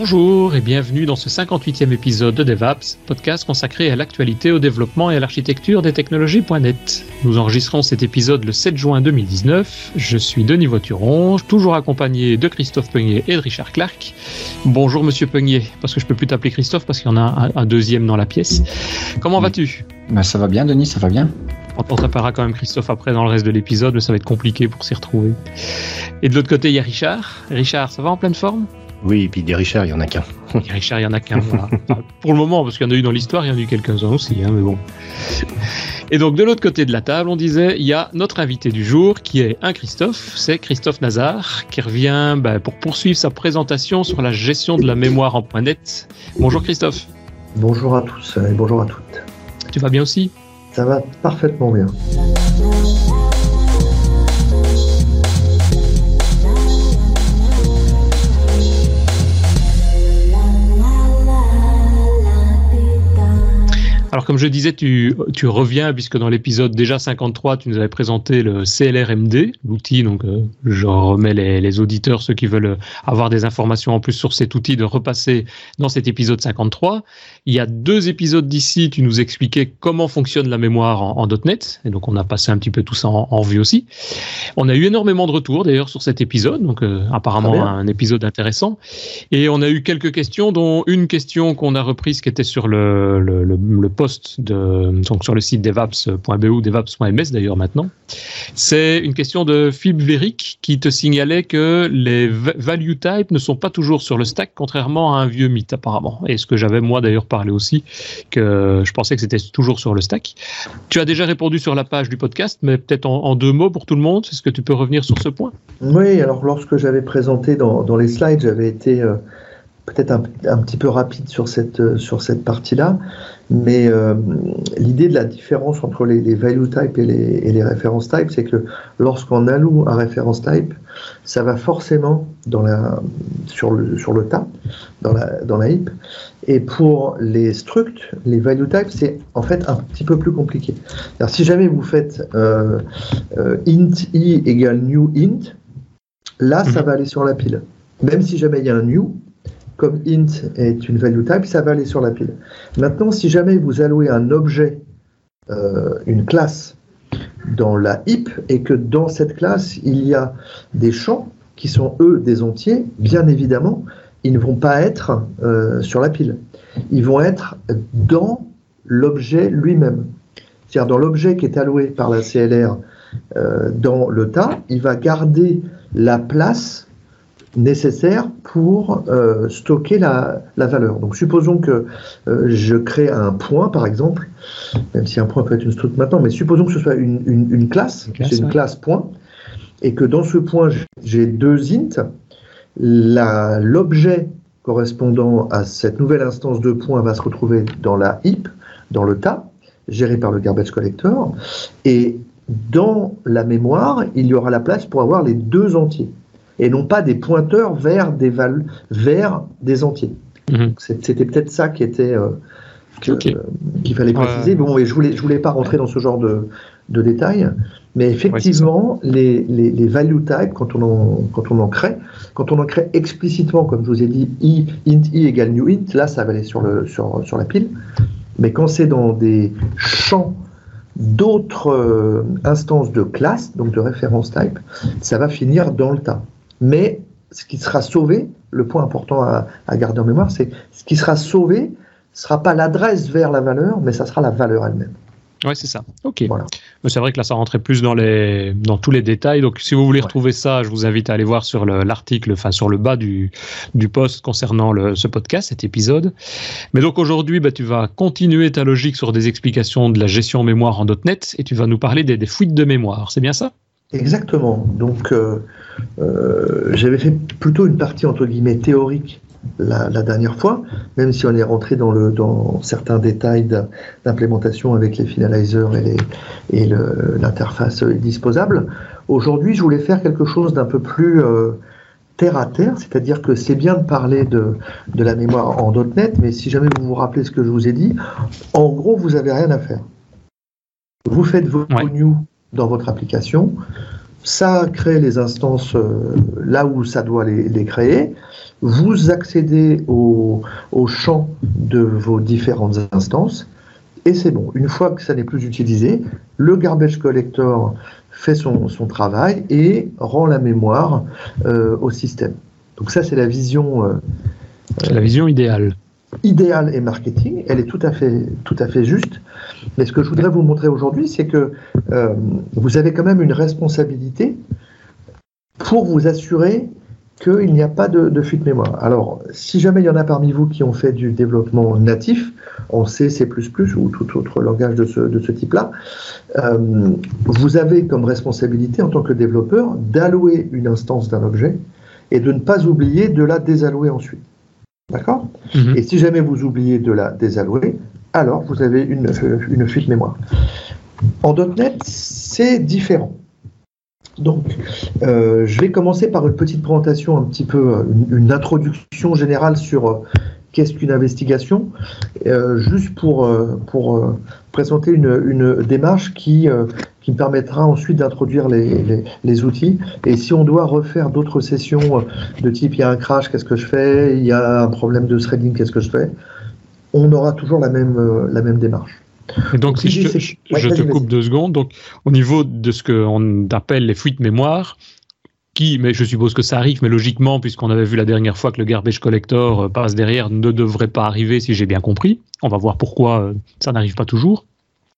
Bonjour et bienvenue dans ce 58e épisode de DevApps, podcast consacré à l'actualité, au développement et à l'architecture des technologies.net. Nous enregistrons cet épisode le 7 juin 2019. Je suis Denis Voituron, toujours accompagné de Christophe Peugnier et de Richard Clark. Bonjour Monsieur Peugnier, parce que je peux plus t'appeler Christophe parce qu'il y en a un deuxième dans la pièce. Comment vas-tu ? Ça va bien Denis, ça va bien. On t'appellera quand même Christophe après dans le reste de l'épisode, mais ça va être compliqué pour s'y retrouver. Et de l'autre côté, il y a Richard. Richard, ça va en pleine forme ? Oui, et puis des Richard, il n'y en a qu'un. Des Richard, il n'y en a qu'un, voilà. Enfin, pour le moment, parce qu'il y en a eu dans l'histoire, il y en a eu quelques-uns aussi, mais bon. Et donc, de l'autre côté de la table, on disait, il y a notre invité du jour, qui est un Christophe, c'est Christophe Nazar, qui revient pour poursuivre sa présentation sur la gestion de la mémoire en .NET. Bonjour Christophe. Bonjour à tous et bonjour à toutes. Tu vas bien aussi ? Ça va parfaitement bien. Alors comme je disais, tu reviens puisque dans l'épisode déjà 53, tu nous avais présenté le CLRMD, l'outil, donc je remets les auditeurs, ceux qui veulent avoir des informations en plus sur cet outil, de repasser dans cet épisode 53. Il y a 2 épisodes d'ici, tu nous expliquais comment fonctionne la mémoire en .NET, et donc on a passé un petit peu tout ça en revue aussi. On a eu énormément de retours d'ailleurs sur cet épisode, donc apparemment un épisode intéressant, et on a eu quelques questions, dont une question qu'on a reprise qui était sur le post donc sur le site devaps.be ou devaps.ms d'ailleurs maintenant. C'est une question de Philippe Véric qui te signalait que les value types ne sont pas toujours sur le stack, contrairement à un vieux mythe apparemment. Et ce que j'avais moi d'ailleurs parlé aussi, que je pensais que c'était toujours sur le stack. Tu as déjà répondu sur la page du podcast, mais peut-être en 2 mots pour tout le monde. Est-ce que tu peux revenir sur ce point ? Oui, alors lorsque j'avais présenté dans les slides, j'avais été peut-être un petit peu rapide sur cette partie-là, mais l'idée de la différence entre les value types et les reference types, c'est que lorsqu'on alloue un reference type, ça va forcément sur le tas, dans la heap, et pour les structs, les value types, c'est en fait un petit peu plus compliqué. Alors, si jamais vous faites int i égale new int, là, ça va aller sur la pile. Même si jamais il y a un new, comme int est une value type, ça va aller sur la pile. Maintenant, si jamais vous allouez un objet, une classe, dans la heap, et que dans cette classe, il y a des champs qui sont, eux, des entiers, bien évidemment, ils ne vont pas être sur la pile. Ils vont être dans l'objet lui-même. C'est-à-dire dans l'objet qui est alloué par la CLR dans le tas, il va garder la place nécessaire pour stocker la valeur. Donc supposons que je crée un point, par exemple, même si un point peut être une struct maintenant, mais supposons que ce soit une classe, c'est une classe point, et que dans ce point, j'ai 2 int, l'objet correspondant à cette nouvelle instance de point va se retrouver dans la heap, dans le tas, géré par le garbage collector, et dans la mémoire, il y aura la place pour avoir les 2 entiers, et non pas des pointeurs vers des entiers. C'était peut-être ça qui était qu'il fallait préciser. Bon, et je voulais pas rentrer dans ce genre de détails, mais effectivement, les value types, quand on en crée explicitement, comme je vous ai dit, int i égale new int, là ça va aller sur la pile. Mais quand c'est dans des champs d'autres instances de classe, donc de référence type, ça va finir dans le tas. Mais ce qui sera sauvé, le point important à garder en mémoire, c'est ce qui sera sauvé ne sera pas l'adresse vers la valeur, mais ça sera la valeur elle-même. Oui, c'est ça. Ok. Voilà. Mais c'est vrai que là, ça rentrait plus dans tous les détails. Donc, si vous voulez retrouver ça, je vous invite à aller voir sur l'article, enfin sur le bas du post concernant ce podcast, cet épisode. Mais donc aujourd'hui, tu vas continuer ta logique sur des explications de la gestion mémoire en .NET et tu vas nous parler des fuites de mémoire. C'est bien ça ? Exactement. Donc, j'avais fait plutôt une partie entre guillemets théorique la dernière fois, même si on est rentré dans certains détails d'implémentation avec les finalizers et l'interface disposable. Aujourd'hui, je voulais faire quelque chose d'un peu plus terre à terre, c'est-à-dire que c'est bien de parler de la mémoire en .NET, mais si jamais vous vous rappelez ce que je vous ai dit, en gros, vous n'avez rien à faire. Vous faites vos new dans votre application, ça crée les instances là où ça doit les créer. Vous accédez au champ de vos différentes instances et c'est bon. Une fois que ça n'est plus utilisé, le garbage collector fait son travail et rend la mémoire au système. Donc ça, c'est la vision... c'est la vision idéale. Idéale et marketing, elle est tout à fait juste. Mais ce que je voudrais vous montrer aujourd'hui, c'est que vous avez quand même une responsabilité pour vous assurer qu'il n'y a pas de fuite mémoire. Alors, si jamais il y en a parmi vous qui ont fait du développement natif, en C, C++ ou tout autre langage de ce type-là, vous avez comme responsabilité en tant que développeur d'allouer une instance d'un objet et de ne pas oublier de la désallouer ensuite. D'accord ? Et si jamais vous oubliez de la désallouer, alors vous avez une fuite mémoire. En .NET, c'est différent. Donc, je vais commencer par une petite présentation, un petit peu, une introduction générale sur qu'est-ce qu'une investigation, juste pour présenter une démarche qui me permettra ensuite d'introduire les outils. Et si on doit refaire d'autres sessions de type il y a un crash, qu'est-ce que je fais, il y a un problème de threading, qu'est-ce que je fais, on aura toujours la même démarche. Et donc, si je te coupe 2 secondes, donc au niveau de ce qu'on appelle les fuites mémoire, mais je suppose que ça arrive, mais logiquement, puisqu'on avait vu la dernière fois que le garbage collector passe derrière, ne devrait pas arriver, si j'ai bien compris. On va voir pourquoi ça n'arrive pas toujours.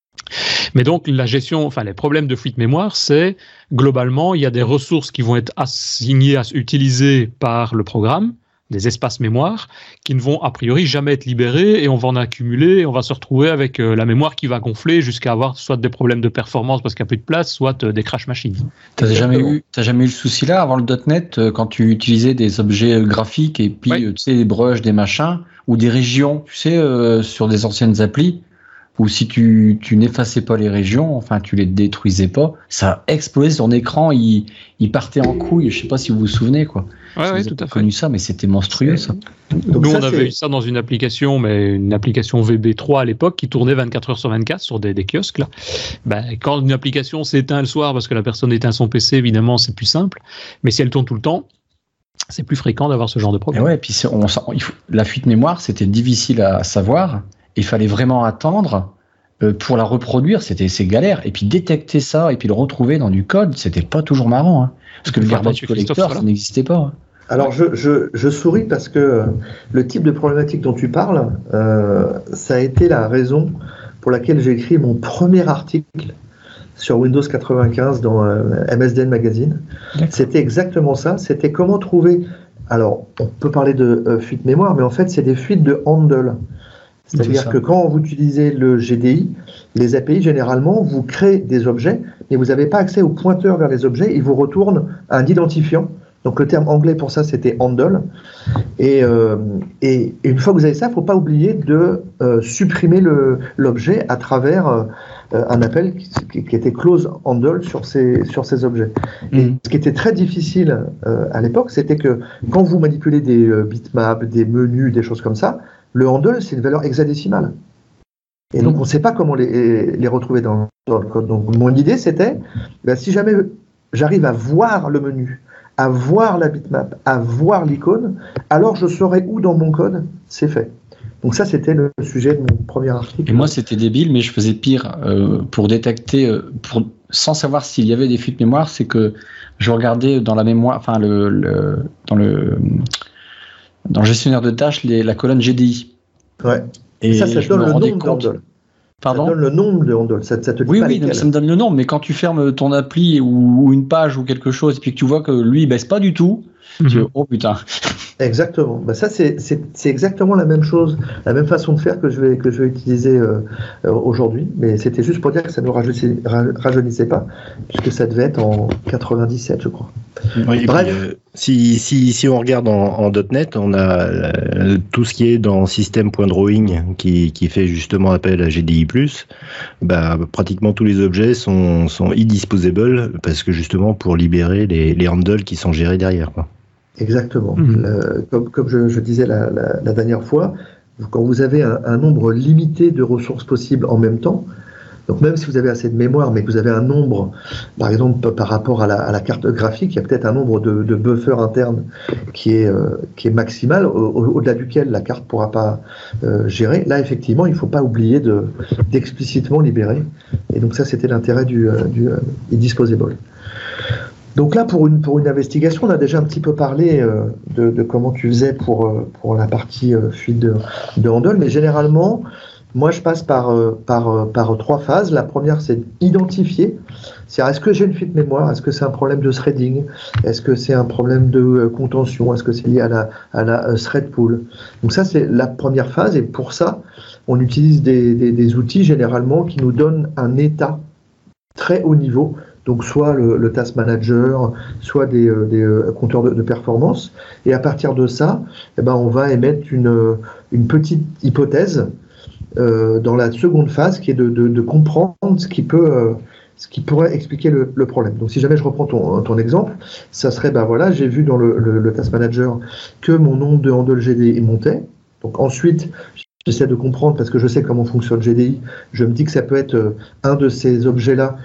Mais donc, la gestion, les problèmes de fuite mémoire, c'est globalement, il y a des ressources qui vont être assignées, utilisées par le programme, des espaces mémoire, qui ne vont a priori jamais être libérés et on va en accumuler et on va se retrouver avec la mémoire qui va gonfler jusqu'à avoir soit des problèmes de performance parce qu'il n'y a plus de place, soit des crash machines. T'as jamais eu le souci là avant le .NET quand tu utilisais des objets graphiques et puis tu sais, des brushes, des machins ou des régions, tu sais, sur des anciennes applis où si tu n'effaçais pas les régions, tu les détruisais pas, ça explosait son écran, il partait en couille, je sais pas si vous vous souvenez quoi. Ouais, tout à fait. Connu ça, mais c'était monstrueux ça. Donc nous, on avait eu ça dans une application, mais une application VB3 à l'époque qui tournait 24 heures sur 24 sur des kiosques là. Quand une application s'éteint le soir parce que la personne éteint son PC, évidemment, c'est plus simple. Mais si elle tourne tout le temps, c'est plus fréquent d'avoir ce genre de problème. Et puis la fuite mémoire, c'était difficile à savoir. Il fallait vraiment attendre pour la reproduire, c'est galère. Et puis détecter ça et puis le retrouver dans du code, c'était pas toujours marrant. Hein, parce que le garbage collector, ça n'existait pas. Hein. Alors je souris parce que le type de problématique dont tu parles, ça a été la raison pour laquelle j'ai écrit mon premier article sur Windows 95 dans MSDN Magazine. D'accord. C'était exactement ça, c'était comment trouver... Alors, on peut parler de fuite mémoire, mais en fait, c'est des fuites de handle. C'est-à-dire que quand vous utilisez le GDI, les API, généralement, vous créez des objets, mais vous n'avez pas accès au pointeur vers les objets, ils vous retournent un identifiant. Donc le terme anglais pour ça, c'était handle. Et une fois que vous avez ça, il ne faut pas oublier de supprimer l'objet à travers un appel qui était close handle sur ces objets. Et ce qui était très difficile à l'époque, c'était que quand vous manipulez des bitmaps, des menus, des choses comme ça, le handle, c'est une valeur hexadécimale. Et donc, on ne sait pas comment les retrouver dans le code. Donc, mon idée, c'était, si jamais j'arrive à voir le menu, à voir la bitmap, à voir l'icône, alors je saurai où dans mon code c'est fait. Donc ça, c'était le sujet de mon premier article. Et moi, c'était débile, mais je faisais pire pour détecter, sans savoir s'il y avait des fuites mémoire, c'est que je regardais dans la mémoire, dans le gestionnaire de tâches, la colonne GDI. Ouais. Et ça donne le nombre de handle. Pardon ? Ça donne le nombre de handle. Ça te dit pas lesquels. Ça me donne le nombre, mais quand tu fermes ton appli ou une page ou quelque chose, et puis que tu vois que lui, il baisse pas du tout, tu dis, oh putain. Exactement. Ça, c'est exactement la même chose, la même façon de faire que je vais utiliser aujourd'hui. Mais c'était juste pour dire que ça ne rajeunissait pas, puisque ça devait être en 97, je crois. Oui, bref. Si on regarde en .NET, on a tout ce qui est dans system.drawing qui fait justement appel à GDI+. Pratiquement tous les objets sont e-disposable parce que justement pour libérer les handles qui sont gérés derrière, quoi. Exactement. Comme je disais la dernière fois, quand vous avez un nombre limité de ressources possibles en même temps, Donc même si vous avez assez de mémoire, mais que vous avez un nombre, par exemple par rapport à la carte graphique, il y a peut-être un nombre de buffers internes qui est maximal, au-delà duquel la carte ne pourra pas gérer. Là, effectivement, il ne faut pas oublier d'explicitement libérer. Et donc ça, c'était l'intérêt du Disposable. Donc là, pour une investigation, on a déjà un petit peu parlé de comment tu faisais pour la partie fuite de handle, mais généralement, moi, je passe par 3 phases. La première, c'est d'identifier. C'est-à-dire, est-ce que j'ai une fuite mémoire? Est-ce que c'est un problème de threading? Est-ce que c'est un problème de contention? Est-ce que c'est lié à la thread pool? Donc ça, c'est la première phase. Et pour ça, on utilise des outils généralement qui nous donnent un état très haut niveau. Donc soit le task manager, soit des compteurs de performance. Et à partir de ça, on va émettre une petite hypothèse dans la seconde phase, qui est de comprendre ce qui pourrait expliquer le problème. Donc si jamais je reprends ton exemple, ça serait, voilà, j'ai vu dans le task manager que mon nombre de handle GDI montait. Donc ensuite, j'essaie de comprendre, parce que je sais comment fonctionne GDI, je me dis que ça peut être un de ces objets-là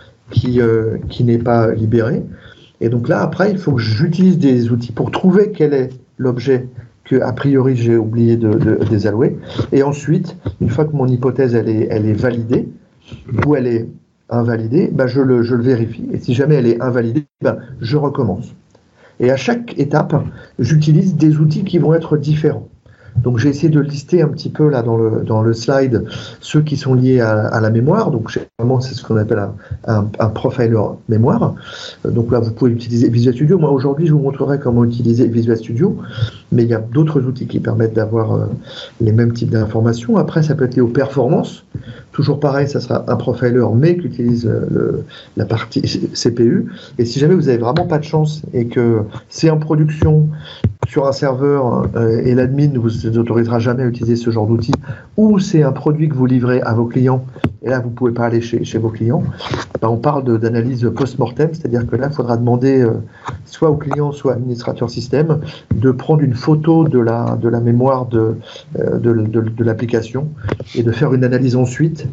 qui n'est pas libéré. Et donc là, après, il faut que j'utilise des outils pour trouver quel est l'objet que, a priori, j'ai oublié de désallouer. Et ensuite, une fois que mon hypothèse elle est validée, ou elle est invalidée, je le vérifie. Et si jamais elle est invalidée, je recommence. Et à chaque étape, j'utilise des outils qui vont être différents. Donc j'ai essayé de lister un petit peu là dans le slide ceux qui sont liés à la mémoire. Donc généralement c'est ce qu'on appelle un profiler mémoire. Donc là vous pouvez utiliser Visual Studio. Moi aujourd'hui je vous montrerai comment utiliser Visual Studio, mais il y a d'autres outils qui permettent d'avoir les mêmes types d'informations. Après ça peut être lié aux performances. Toujours pareil, ça sera un profiler mais qui utilise la partie CPU. Et si jamais vous n'avez vraiment pas de chance et que c'est en production sur un serveur et l'admin ne vous autorisera jamais à utiliser ce genre d'outil, ou c'est un produit que vous livrez à vos clients, et là vous ne pouvez pas aller chez vos clients, on parle d'analyse post-mortem, c'est-à-dire que là il faudra demander soit au client, soit à l'administrateur système, de prendre une photo de la mémoire de l'application et de faire une analyse ensuite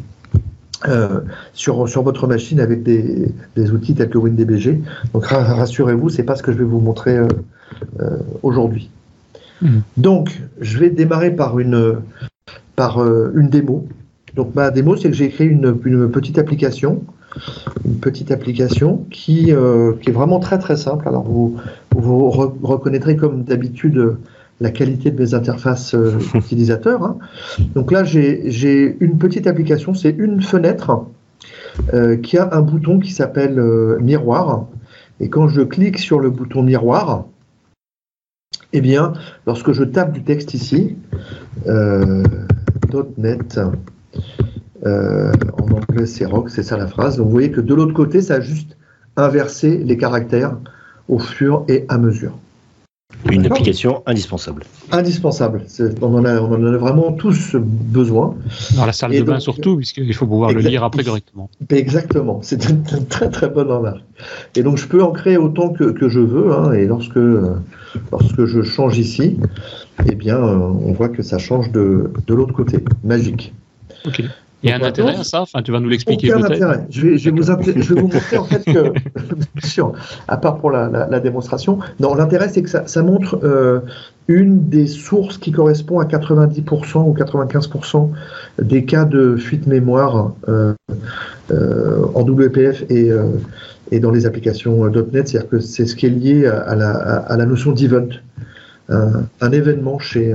sur votre machine avec des outils tels que WinDBG. Donc rassurez-vous, c'est pas ce que je vais vous montrer aujourd'hui. Donc je vais démarrer par une démo. Donc ma démo, c'est que j'ai créé une petite application qui est vraiment très très simple. Alors vous reconnaîtrez comme d'habitude la qualité de mes interfaces utilisateurs. Hein. Donc là, j'ai une petite application, c'est une fenêtre qui a un bouton qui s'appelle miroir. Et quand je clique sur le bouton miroir, eh bien, lorsque je tape du texte ici, .NET, en anglais c'est rock, c'est ça la phrase. Donc vous voyez que de l'autre côté, ça a juste inversé les caractères au fur et à mesure. Une application indispensable. Indispensable. On en a vraiment tous besoin. Dans la salle de bain surtout, puisqu'il faut pouvoir le lire après correctement. Exactement. C'est une très très bonne remarque. Et donc je peux en créer autant que je veux. Hein, et lorsque je change ici, eh bien, on voit que ça change de l'autre côté. Magique. Ok. Il y a un intérêt à ça, tu vas nous l'expliquer aucun peut-être. Intérêt. Je vais vous montrer en fait que, bien sûr, à part pour la démonstration, non, l'intérêt c'est que ça montre une des sources qui correspond à 90% ou 95% des cas de fuite mémoire en WPF et dans les applications .NET, c'est-à-dire que c'est ce qui est lié à la notion d'event, un événement chez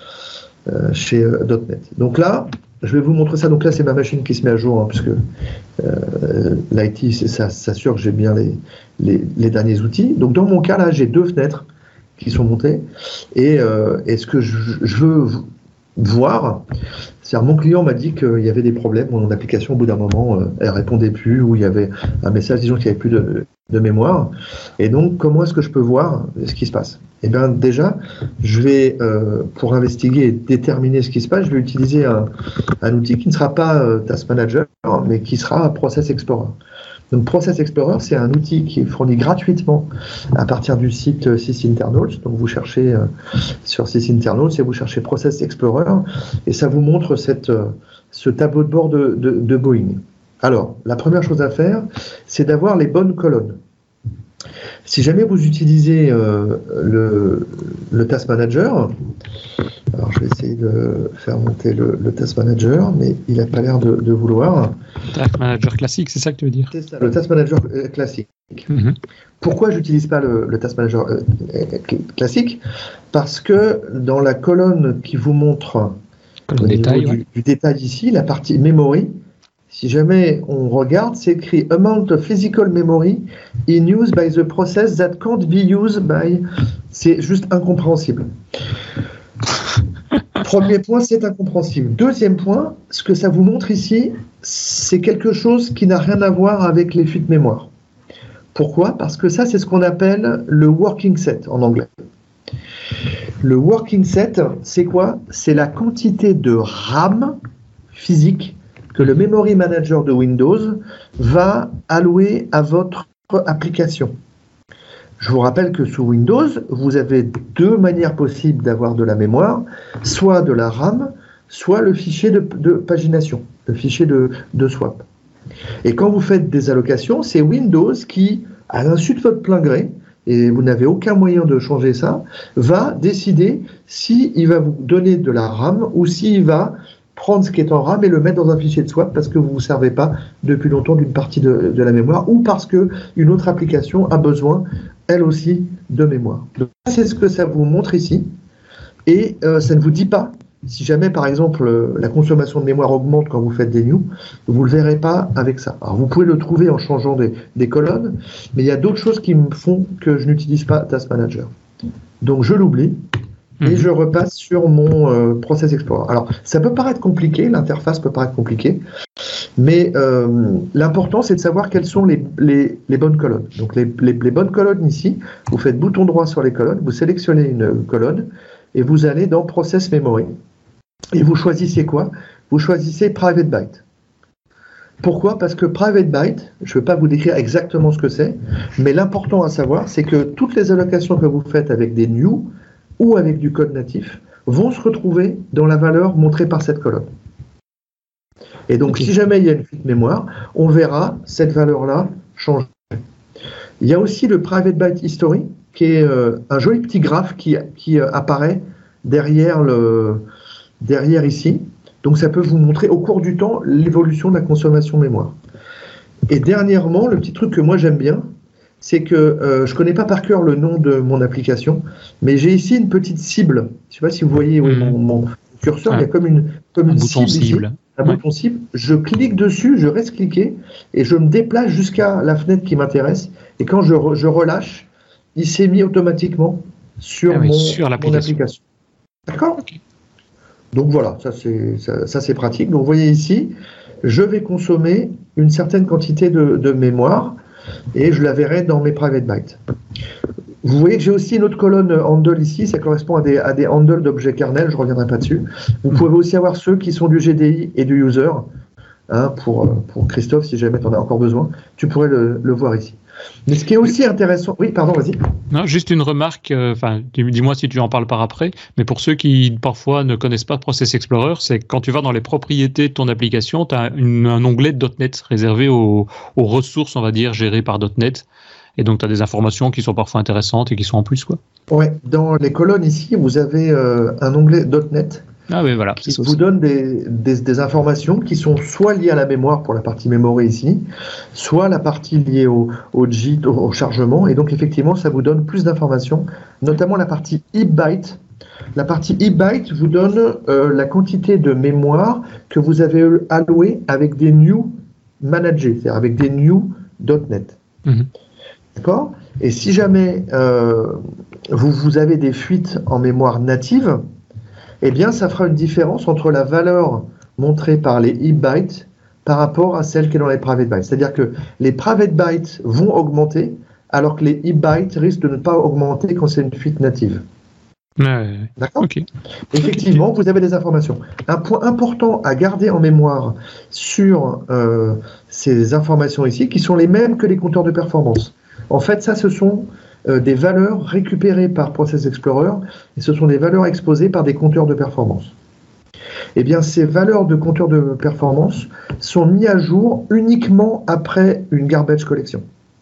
.NET. Donc là, je vais vous montrer ça. Donc là, c'est ma machine qui se met à jour, hein, puisque l'IT s'assure que j'ai bien les derniers outils. Donc dans mon cas, là, j'ai 2 fenêtres qui sont montées. Et ce que je veux voir, c'est-à-dire mon client m'a dit qu'il y avait des problèmes. Mon application, au bout d'un moment, elle répondait plus, ou il y avait un message disant qu'il n'y avait plus de mémoire. Et donc, comment est-ce que je peux voir ce qui se passe? Eh bien, déjà, je vais, pour investiguer et déterminer ce qui se passe, je vais utiliser un outil qui ne sera pas Task Manager, mais qui sera Process Explorer. Donc, Process Explorer, c'est un outil qui est fourni gratuitement à partir du site SysInternals. Donc, vous cherchez sur SysInternals et vous cherchez Process Explorer, et ça vous montre ce tableau de bord de Boeing. Alors, la première chose à faire, c'est d'avoir les bonnes colonnes. Si jamais vous utilisez le Task Manager, alors je vais essayer de faire monter le Task Manager, mais il n'a pas l'air de vouloir. Task Manager classique, c'est ça que tu veux dire? C'est ça, le Task Manager classique. Mm-hmm. Pourquoi j'utilise pas le Task Manager classique? Parce que dans la colonne qui vous montre du détail ici, la partie memory, si jamais on regarde, c'est écrit amount of physical memory in use by the process that can't be used by. C'est juste incompréhensible. Premier point, c'est incompréhensible. Deuxième point, ce que ça vous montre ici, c'est quelque chose qui n'a rien à voir avec les fuites mémoire. Pourquoi? Parce que ça, c'est ce qu'on appelle le working set en anglais. Le working set, c'est quoi? C'est la quantité de RAM physique que le Memory Manager de Windows va allouer à votre application. Je vous rappelle que sous Windows, vous avez deux manières possibles d'avoir de la mémoire, soit de la RAM, soit le fichier de pagination, le fichier de swap. Et quand vous faites des allocations, c'est Windows qui, à l'insu de votre plein gré, et vous n'avez aucun moyen de changer ça, va décider s'il va vous donner de la RAM ou s'il va prendre ce qui est en RAM et le mettre dans un fichier de swap parce que vous ne vous servez pas depuis longtemps d'une partie de la mémoire ou parce qu'une autre application a besoin, elle aussi, de mémoire. Donc, c'est ce que ça vous montre ici. Et ça ne vous dit pas, si jamais, par exemple, la consommation de mémoire augmente quand vous faites des new, vous ne le verrez pas avec ça. Alors, vous pouvez le trouver en changeant des colonnes, mais il y a d'autres choses qui me font que je n'utilise pas Task Manager. Donc, je l'oublie. Et je repasse sur mon Process Explorer. Alors, ça peut paraître compliqué, l'interface peut paraître compliquée, mais l'important, c'est de savoir quelles sont les bonnes colonnes. Donc, les bonnes colonnes ici, vous faites bouton droit sur les colonnes, vous sélectionnez une colonne, et vous allez dans Process Memory. Et vous choisissez quoi? Vous choisissez Private Byte. Pourquoi? Parce que Private Byte, je ne vais pas vous décrire exactement ce que c'est, mais l'important à savoir, c'est que toutes les allocations que vous faites avec des new, ou avec du code natif, vont se retrouver dans la valeur montrée par cette colonne. Et donc, si jamais il y a une fuite mémoire, on verra cette valeur-là changer. Il y a aussi le Private Byte History, qui est un joli petit graphe qui apparaît derrière ici. Donc, ça peut vous montrer au cours du temps l'évolution de la consommation mémoire. Et dernièrement, le petit truc que moi j'aime bien, c'est que je ne connais pas par cœur le nom de mon application, mais j'ai ici une petite cible. Je ne sais pas si vous voyez mon curseur, il y a comme une cible ici, un bouton cible. Je clique dessus, je reste cliqué, et je me déplace jusqu'à la fenêtre qui m'intéresse. Et quand je relâche, il s'est mis automatiquement sur mon application. D'accord? Donc voilà, ça c'est pratique. Donc vous voyez ici, je vais consommer une certaine quantité de mémoire, et je la verrai dans mes private bytes. Vous voyez que j'ai aussi une autre colonne handle ici, ça correspond à des handles d'objets kernel, je ne reviendrai pas dessus. Vous pouvez aussi avoir ceux qui sont du GDI et du user, hein, pour Christophe, si jamais tu en as encore besoin, tu pourrais le voir ici. Mais ce qui est aussi intéressant... Oui, pardon, vas-y. Non, juste une remarque, dis-moi si tu en parles par après, mais pour ceux qui parfois ne connaissent pas Process Explorer, c'est que quand tu vas dans les propriétés de ton application, tu as un onglet .NET réservé aux ressources, on va dire, gérées par .NET. Et donc, tu as des informations qui sont parfois intéressantes et qui sont en plus, quoi. Ouais, dans les colonnes ici, vous avez un onglet .NET. Ah oui, voilà. Qui vous donne des informations qui sont soit liées à la mémoire pour la partie memory ici, soit la partie liée au JIT, au chargement. Et donc, effectivement, ça vous donne plus d'informations, notamment la partie byte. La partie byte vous donne la quantité de mémoire que vous avez allouée avec des new managés, c'est-à-dire avec des new .NET. D'accord? Et si jamais vous avez des fuites en mémoire native, eh bien, ça fera une différence entre la valeur montrée par les bytes par rapport à celle qui est dans les private bytes. C'est-à-dire que les private bytes vont augmenter, alors que les bytes risquent de ne pas augmenter quand c'est une fuite native. D'accord? Okay. Effectivement, vous avez des informations. Un point important à garder en mémoire sur ces informations ici, qui sont les mêmes que les compteurs de performance. En fait, ça, ce sont des valeurs récupérées par Process Explorer, et ce sont des valeurs exposées par des compteurs de performance. eh bien ces valeurs de compteur de performance sont mises à jour uniquement après une garbage collection.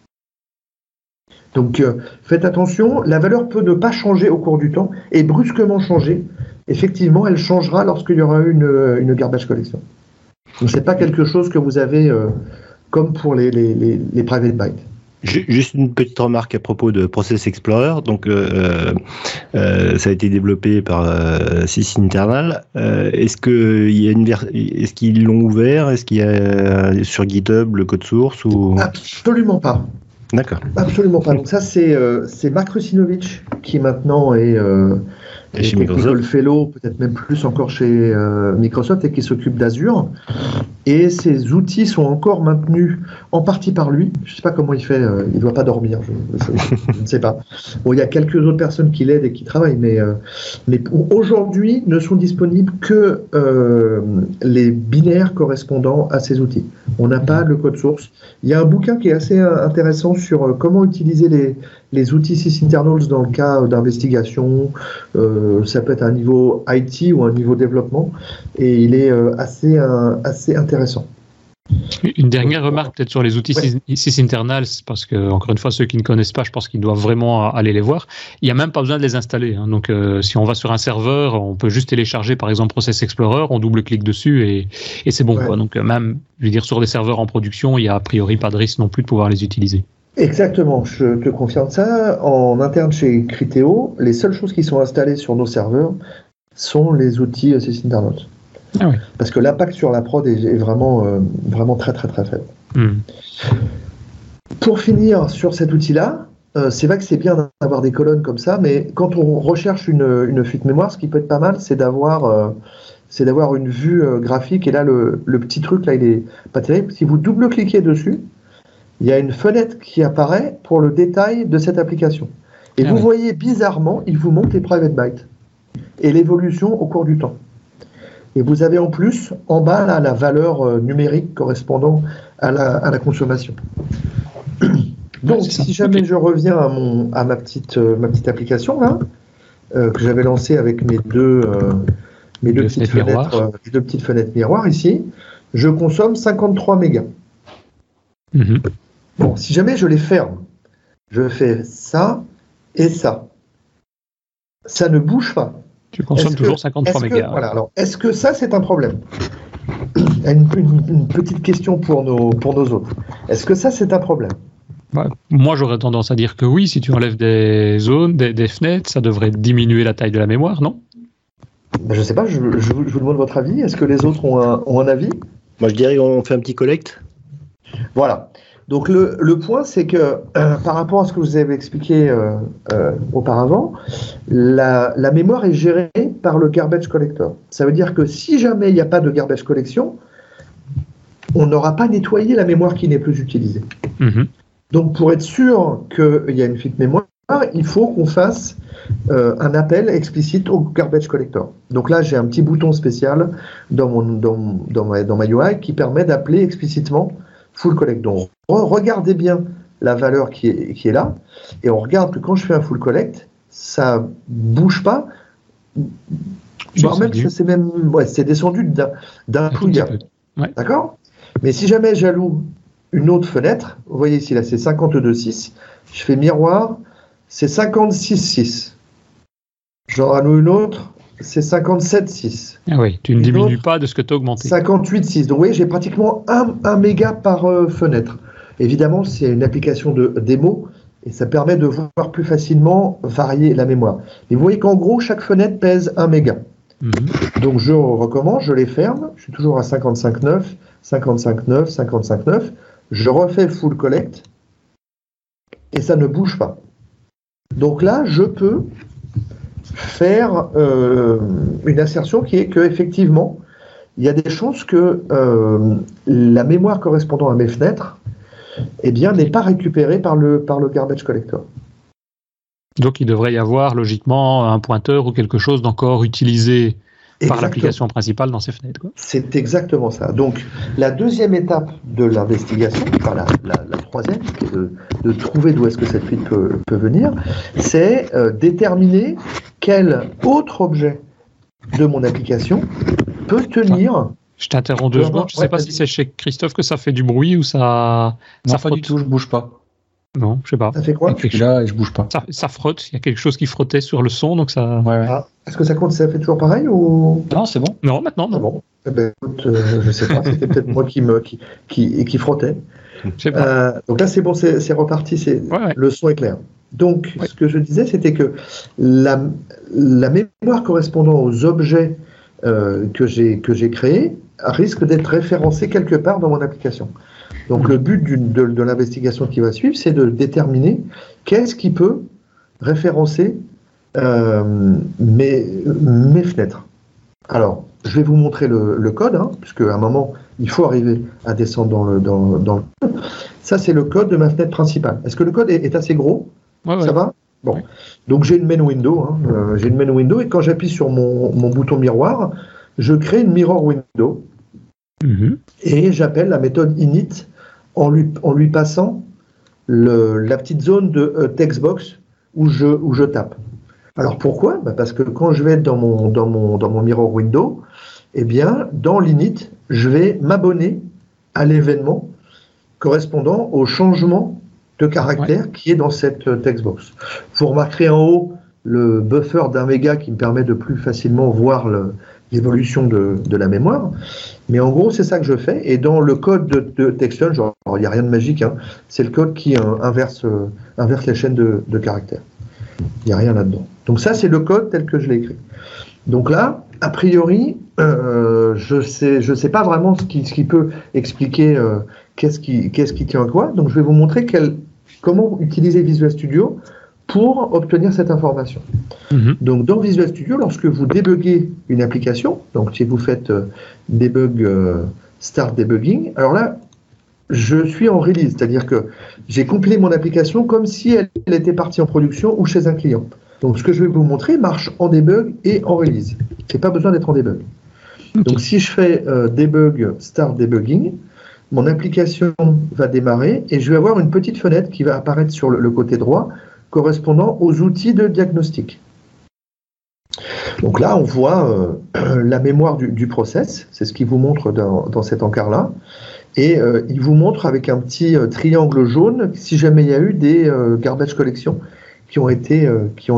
Donc faites attention, la valeur peut ne pas changer au cours du temps et brusquement changer. Effectivement, elle changera lorsqu'il y aura une garbage collection. Donc c'est pas quelque chose que vous avez comme pour les private bytes. Juste une petite remarque à propos de Process Explorer. Donc, ça a été développé par Sysinternal. Est-ce qu'ils l'ont ouvert? Est-ce qu'il y a sur GitHub le code source ou... Absolument pas. D'accord. Absolument pas. Donc ça, c'est Mark Russinovich qui maintenant est chez Microsoft. Fellow, peut-être même plus encore chez Microsoft, et qui s'occupe d'Azure. Et ces outils sont encore maintenus en partie par lui. Je ne sais pas comment il fait. Il ne doit pas dormir. Je ne sais pas. Bon, il y a quelques autres personnes qui l'aident et qui travaillent, mais aujourd'hui ne sont disponibles que les binaires correspondant à ces outils. On n'a pas le code source. Il y a un bouquin qui est assez intéressant sur comment utiliser les outils sysinternals dans le cas d'investigation. Ça peut être un niveau IT ou un niveau développement, et il est assez intéressant. Une dernière remarque peut-être sur les outils sysinternals, parce que encore une fois, ceux qui ne connaissent pas, je pense qu'ils doivent vraiment aller les voir. Il n'y a même pas besoin de les installer, hein. Donc si on va sur un serveur, on peut juste télécharger par exemple Process Explorer, on double-clique dessus et c'est bon, quoi. Donc même, je veux dire, sur des serveurs en production, il n'y a a priori pas de risque non plus de pouvoir les utiliser. Exactement, je te confirme ça. En interne chez Criteo, les seules choses qui sont installées sur nos serveurs sont les outils sysinternals. Ah oui. Parce que l'impact sur la prod est vraiment très très très faible. Pour finir sur cet outil-là, c'est vrai que c'est bien d'avoir des colonnes comme ça, mais quand on recherche une fuite mémoire, ce qui peut être pas mal, c'est d'avoir une vue graphique. Et là, le petit truc, là, il est pas terrible. Si vous double-cliquez dessus, il y a une fenêtre qui apparaît pour le détail de cette application. Et vous voyez bizarrement, il vous montre les private bytes et l'évolution au cours du temps. Et vous avez en plus, en bas, là, la valeur numérique correspondant à la consommation. Donc, si jamais je reviens à ma petite application, là, que j'avais lancée avec mes deux petites fenêtres miroirs ici, je consomme 53 mégas. Bon, si jamais je les ferme, je fais ça et ça. Ça ne bouge pas. Tu consommes toujours 53 mégas. Voilà, alors, est-ce que ça, c'est un problème? Une petite question pour nos hôtes. Est-ce que ça, c'est un problème? Moi, j'aurais tendance à dire que oui. Si tu enlèves des zones, des fenêtres, ça devrait diminuer la taille de la mémoire, non? Je ne sais pas, je vous demande votre avis. Est-ce que les autres ont un avis? Moi, je dirais qu'on fait un petit collect. Voilà. Donc le point, c'est que par rapport à ce que vous avez expliqué auparavant, la mémoire est gérée par le garbage collector. Ça veut dire que si jamais il n'y a pas de garbage collection, on n'aura pas nettoyé la mémoire qui n'est plus utilisée. Donc pour être sûr qu'il y a une fuite mémoire, il faut qu'on fasse un appel explicite au garbage collector. Donc là, j'ai un petit bouton spécial dans ma UI qui permet d'appeler explicitement full collect. Donc regardez bien la valeur qui est là, et on regarde que quand je fais un full collect, ça bouge pas, voire même c'est descendu d'un pouillard. D'accord? Mais si jamais j'alloue une autre fenêtre, vous voyez ici, là c'est 52.6, je fais miroir, c'est 56.6. J'en alloue une autre, c'est 57.6. Ah oui, tu ne diminues pas de ce que tu as augmenté. 58.6. Donc vous voyez, j'ai pratiquement 1 méga par fenêtre. Évidemment, c'est une application de démo et ça permet de voir plus facilement varier la mémoire. Et vous voyez qu'en gros, chaque fenêtre pèse 1 méga. Donc je recommence, je les ferme, je suis toujours à 55.9, 55.9, 55.9. Je refais full collect et ça ne bouge pas. Donc là, je peux faire une assertion qui est qu'effectivement, il y a des chances que la mémoire correspondant à mes fenêtres n'est pas récupérée par le garbage collector. Donc il devrait y avoir logiquement un pointeur ou quelque chose d'encore utilisé par l'application principale dans ces fenêtres, quoi. C'est exactement ça. Donc la deuxième étape de l'investigation, enfin la troisième, qui est de trouver d'où est-ce que cette fuite peut venir, c'est déterminer quel autre objet de mon application peut tenir. Je t'interromps 2 secondes. Je ne sais pas si c'est chez Christophe que ça fait du bruit ou ça. Non, ça pas frotte. du tout, je bouge pas. Non, je sais pas. Ça fait quoi? Je suis là et je bouge pas. Ça frotte. Il y a quelque chose qui frottait sur le son, donc ça. Ouais. Ah, est-ce que ça compte? Ça fait toujours pareil ou? Non, c'est bon. Non, maintenant, non. Ah bon. Eh ben, écoute, je sais pas. C'était peut-être moi qui frottais. Je sais pas. Donc là, c'est bon, c'est reparti. Ouais. Le son est clair. Donc, ce que je disais, c'était que la mémoire correspondant aux objets que j'ai créés risque d'être référencée quelque part dans mon application. Donc, le but de l'investigation qui va suivre, c'est de déterminer qu'est-ce qui peut référencer mes fenêtres. Alors, je vais vous montrer le code, puisque à un moment, il faut arriver à descendre dans le code. Ça, c'est le code de ma fenêtre principale. Est-ce que le code est assez gros? Ouais. Ça va? Bon. Ouais. Donc, j'ai une main window. J'ai une main window, et quand j'appuie sur mon bouton miroir, je crée une mirror window. Et j'appelle la méthode init en lui passant la petite zone de textbox où je tape. Alors pourquoi? Parce que quand je vais être dans mon mirror window, eh bien, dans l'init, je vais m'abonner à l'événement correspondant au changement de caractère qui est dans cette textbox. Vous remarquerez en haut le buffer d'1 méga qui me permet de plus facilement voir l'évolution de la mémoire. Mais en gros, c'est ça que je fais. Et dans le code de Texton, il n'y a rien de magique, c'est le code qui inverse les chaînes de caractères. Il n'y a rien là-dedans. Donc ça, c'est le code tel que je l'ai écrit. Donc là, a priori, je sais pas vraiment ce qui peut expliquer qu'est-ce qui tient à quoi. Donc je vais vous montrer comment utiliser Visual Studio pour obtenir cette information. Donc dans Visual Studio, lorsque vous débuguez une application, donc si vous faites debug start debugging, alors là, je suis en release, c'est-à-dire que j'ai compilé mon application comme si elle était partie en production ou chez un client. Donc ce que je vais vous montrer marche en debug et en release. J'ai pas besoin d'être en debug. Donc si je fais debug start debugging, mon application va démarrer et je vais avoir une petite fenêtre qui va apparaître sur le côté droit correspondant aux outils de diagnostic. Donc là, on voit la mémoire du process, c'est ce qu'il vous montre dans cet encart-là, et il vous montre avec un petit triangle jaune si jamais il y a eu des garbage collection qui ont été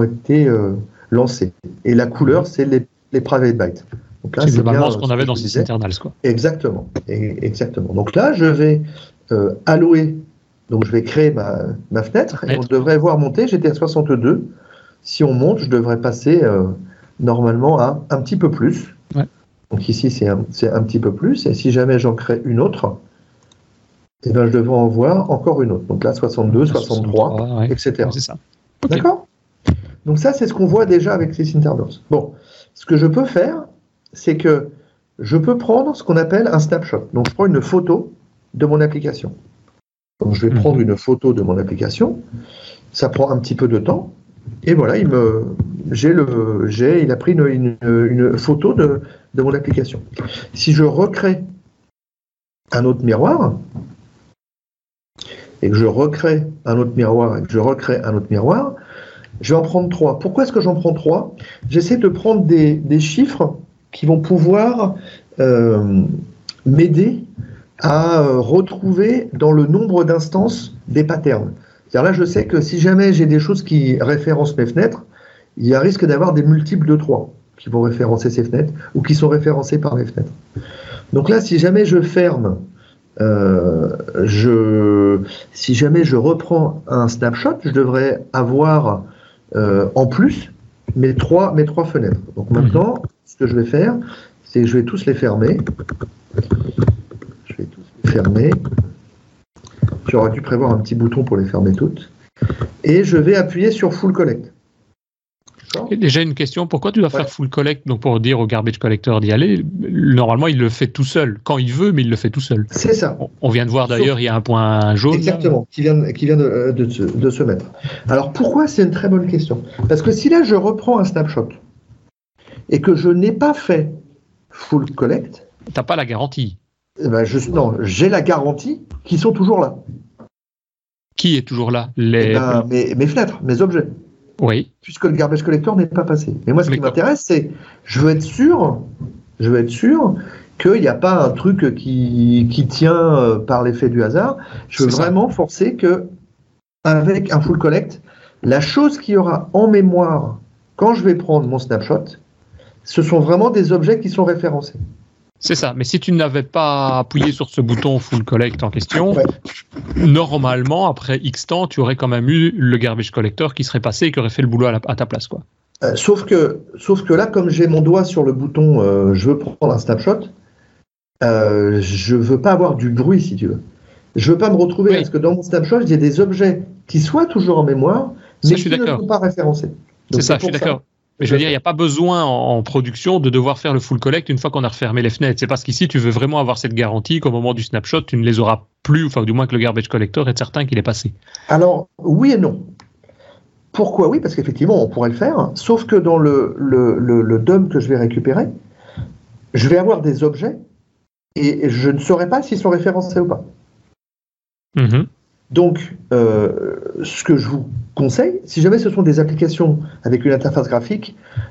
lancés. Et la couleur, c'est les private bytes. Donc là, c'est globalement ce qu'on avait dans sysinternals, quoi. Exactement. Exactement. Donc là, je vais allouer. Donc je vais créer ma fenêtre et on devrait voir monter. J'étais à 62. Si on monte, je devrais passer normalement à un petit peu plus. Ouais. Donc ici, c'est un petit peu plus. Et si jamais j'en crée une autre, eh ben, je devrais en voir encore une autre. Donc là, 62, 63, etc. Ouais, c'est ça. Okay. D'accord? Donc ça, c'est ce qu'on voit déjà avec sysinternals. Bon, ce que je peux faire, c'est que je peux prendre ce qu'on appelle un snapshot. Donc je prends une photo de mon application. Donc je vais prendre une photo de mon application. Ça prend un petit peu de temps. Et voilà, il a pris une photo de mon application. Si je recrée un autre miroir, et que je recrée un autre miroir, et que je recrée un autre miroir, je vais en prendre 3. Pourquoi est-ce que j'en prends 3? J'essaie de prendre des chiffres qui vont pouvoir m'aider à retrouver dans le nombre d'instances des patterns. C'est-à-dire là, je sais que si jamais j'ai des choses qui référencent mes fenêtres, il y a risque d'avoir des multiples de 3 qui vont référencer ces fenêtres ou qui sont référencées par mes fenêtres. Donc là, si jamais je ferme, si jamais je reprends un snapshot, je devrais avoir en plus mes trois fenêtres. Donc maintenant, ce que je vais faire, c'est que je vais tous les fermer. J'aurais dû prévoir un petit bouton pour les fermer toutes. Et je vais appuyer sur Full Collect. Et déjà une question, pourquoi tu dois faire Full Collect? Donc pour dire au garbage collector d'y aller, normalement il le fait tout seul, quand il veut, mais il le fait tout seul. C'est ça. On vient de voir d'ailleurs, il y a un point jaune. Exactement, qui vient de se mettre. Alors pourquoi? C'est une très bonne question. Parce que si là je reprends un snapshot et que je n'ai pas fait Full Collect... T'as pas la garantie. Ben non, j'ai la garantie qu'ils sont toujours là. Qui est toujours là? Mes fenêtres, mes objets. Oui. Puisque le garbage collector n'est pas passé. Mais moi, ce qui m'intéresse, c'est je veux être sûr Je veux être sûr qu'il n'y a pas un truc qui tient par l'effet du hasard. Je veux vraiment forcer que, avec un full collect, la chose qu'il y aura en mémoire quand je vais prendre mon snapshot, ce sont vraiment des objets qui sont référencés. C'est ça, mais si tu n'avais pas appuyé sur ce bouton full collect en question, normalement, après X temps, tu aurais quand même eu le garbage collector qui serait passé et qui aurait fait le boulot à ta place, quoi. Sauf que là, comme j'ai mon doigt sur le bouton je veux prendre un snapshot, je veux pas avoir du bruit, si tu veux. Je veux pas me retrouver à ce que dans mon snapshot, il y ait des objets qui soient toujours en mémoire, mais qui ne sont pas référencés. C'est ça, je suis d'accord. Mais je veux dire, il n'y a pas besoin en production de devoir faire le full collect une fois qu'on a refermé les fenêtres. C'est parce qu'ici, tu veux vraiment avoir cette garantie qu'au moment du snapshot, tu ne les auras plus, enfin, du moins que le garbage collector est certain qu'il est passé. Alors, oui et non. Pourquoi oui? Parce qu'effectivement, on pourrait le faire, sauf que dans le dump que je vais récupérer, je vais avoir des objets et je ne saurais pas s'ils sont référencés ou pas. Donc, ce que je vous conseille, si jamais ce sont des applications avec une interface graphique,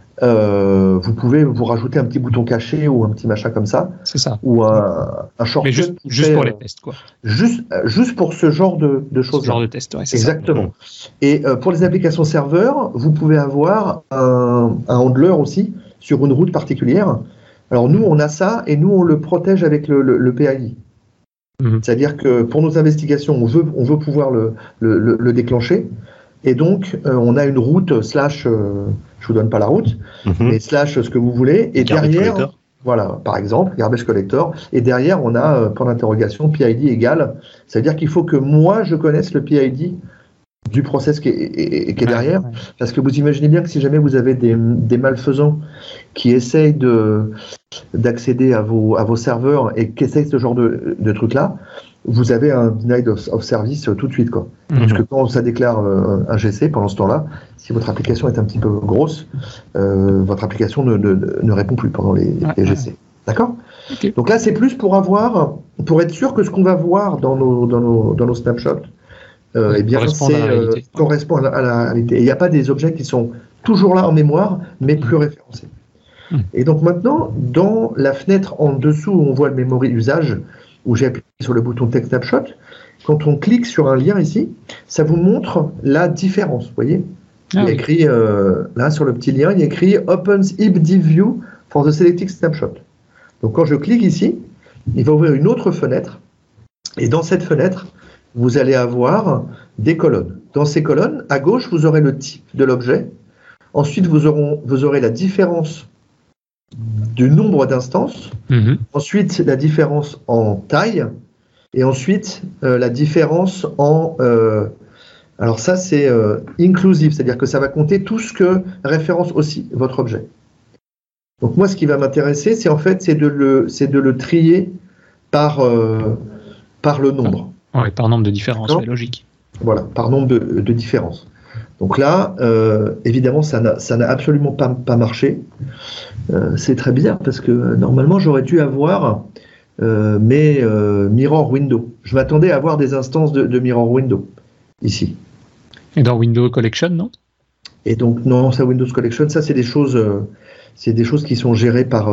vous pouvez vous rajouter un petit bouton caché ou un petit machin comme ça. C'est ça. Ou un shortcut. Mais juste pour les tests, quoi. Juste pour ce genre de choses. Ce genre de test, ouais, c'est exactement. Ça. Et pour les applications serveurs, vous pouvez avoir un handler aussi sur une route particulière. Alors nous, on a ça et nous, on le protège avec le PID. C'est-à-dire que pour nos investigations, on veut pouvoir le déclencher. Et donc, on a une route slash, je vous donne pas la route, mais slash ce que vous voulez. Et derrière, voilà, par exemple, garbage collector. Et derrière, on a, point d'interrogation, PID égale. C'est-à-dire qu'il faut que moi, je connaisse le PID du process qui est derrière. Parce que vous imaginez bien que si jamais vous avez des malfaisants qui essayent d'accéder à vos serveurs et qui essayent ce genre de truc-là, vous avez un denied of service tout de suite, quoi. Parce que quand ça déclare un GC, pendant ce temps-là, si votre application est un petit peu grosse, votre application ne répond plus pendant les GC. D'accord ? Donc là, c'est plus pour être sûr que ce qu'on va voir dans nos snapshots, eh bien, correspond à la réalité. Et il n'y a pas des objets qui sont toujours là en mémoire, mais plus référencés. Et donc maintenant, dans la fenêtre en dessous où on voit le memory usage, où j'ai appuyé sur le bouton Take Snapshot, quand on clique sur un lien ici, ça vous montre la différence. Vous voyez, il y a écrit, là sur le petit lien, il y a écrit Opens HipDiv View for the Selected Snapshot. Donc quand je clique ici, il va ouvrir une autre fenêtre. Et dans cette fenêtre, vous allez avoir des colonnes. Dans ces colonnes, à gauche, vous aurez le type de l'objet. Ensuite, vous aurez la différence du nombre d'instances. Ensuite, la différence en taille. Et ensuite, la différence en... alors ça, c'est inclusive, c'est-à-dire que ça va compter tout ce que référence aussi votre objet. Donc moi, ce qui va m'intéresser, c'est de le trier par le nombre. Oui, par nombre de différences, c'est logique. Voilà, par nombre de différences. Donc là, évidemment, ça n'a absolument pas marché. C'est très bizarre parce que normalement, j'aurais dû avoir mes mirror window. Je m'attendais à avoir des instances de mirror window ici. Et dans Windows Collection, non? Et donc, non, ça, Windows Collection, ça, c'est des choses qui sont gérées par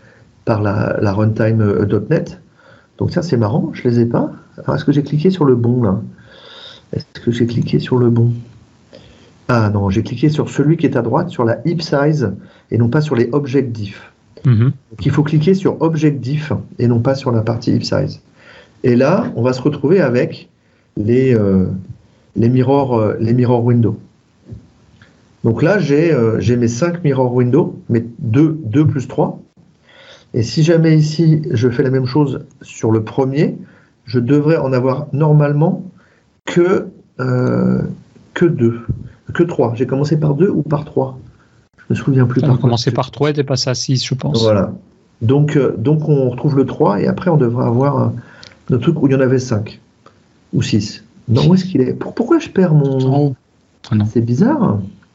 la runtime .NET. Donc ça, c'est marrant, je les ai pas. Alors, est-ce que j'ai cliqué sur le bon, là? Est-ce que j'ai cliqué sur le bon? Ah non, j'ai cliqué sur celui qui est à droite, sur la heap size, et non pas sur les object diff. Donc il faut cliquer sur object diff, et non pas sur la partie heap size. Et là, on va se retrouver avec les mirror window. Donc là, j'ai mes 5 mirror window, mes 2 plus 3. Et si jamais ici, je fais la même chose sur le premier, je devrais en avoir normalement que 2. Que 3. J'ai commencé par 2 ou par 3? Je me souviens plus. Tu as commencé par 3 et tu es passé à 6, je pense. Voilà. Donc on retrouve le 3 et après on devrait avoir un truc où il y en avait 5 ou 6. Non, où est-ce qu'il est? Pourquoi je perds mon... Oh, non. C'est bizarre.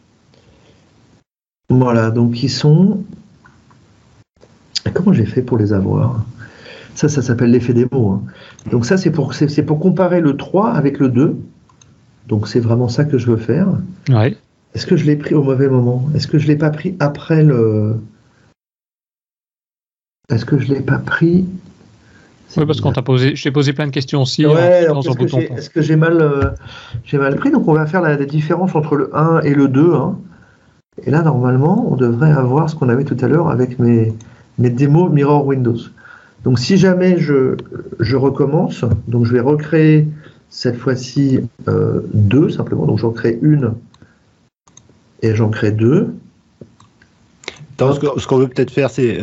Voilà, donc ils sont... Comment j'ai fait pour les avoir? Ça s'appelle l'effet démo. Hein. Donc ça, c'est pour comparer le 3 avec le 2. Donc c'est vraiment ça que je veux faire. Ouais. Est-ce que je l'ai pris au mauvais moment? Est-ce que je ne l'ai pas pris après le... Est-ce que je l'ai pas pris? Oui, parce qu'on je t'ai posé plein de questions aussi. Ouais, est-ce que j'ai mal pris? Donc on va faire la différence entre le 1 et le 2. Hein. Et là, normalement, on devrait avoir ce qu'on avait tout à l'heure avec mes démos Mirror Windows. Donc si jamais je recommence, donc je vais recréer cette fois-ci 2 simplement. Donc j'en crée une et j'en crée 2. Ce qu'on veut peut-être faire, c'est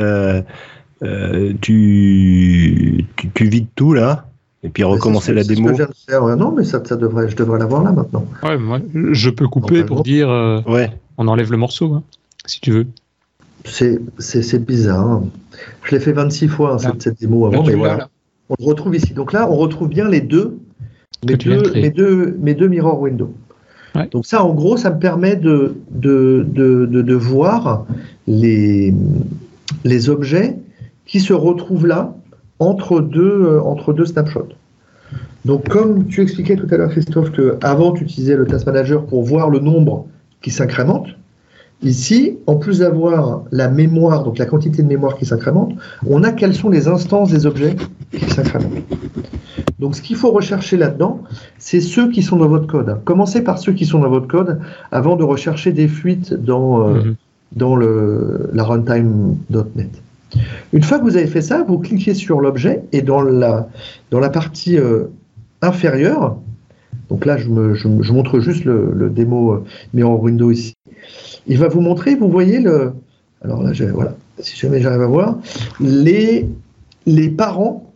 tu vides tout là et puis recommencer la démo. Ce que je viens de faire. Non, mais je devrais l'avoir là maintenant. Ouais, moi, je peux couper pour dire on enlève le morceau, hein, si tu veux. C'est bizarre. Hein. Je l'ai fait 26 fois cette démo avant, mais voilà. On le retrouve ici. Donc là, on retrouve bien mes deux Mirror Windows. Ouais. Donc ça, en gros, ça me permet de voir les objets qui se retrouvent là entre deux snapshots. Donc comme tu expliquais tout à l'heure, Christophe, qu'avant tu utilisais le Task Manager pour voir le nombre qui s'incrémente, ici, en plus d'avoir la mémoire, donc la quantité de mémoire qui s'incrémente, on a quelles sont les instances des objets qui s'incrémentent. Donc ce qu'il faut rechercher là-dedans, c'est ceux qui sont dans votre code. Commencez par ceux qui sont dans votre code avant de rechercher des fuites dans la runtime.net. Une fois que vous avez fait ça, vous cliquez sur l'objet et dans la partie inférieure, donc là je montre juste le démo Mirror Window ici, il va vous montrer, vous voyez alors là voilà, si jamais j'arrive à voir, les parents,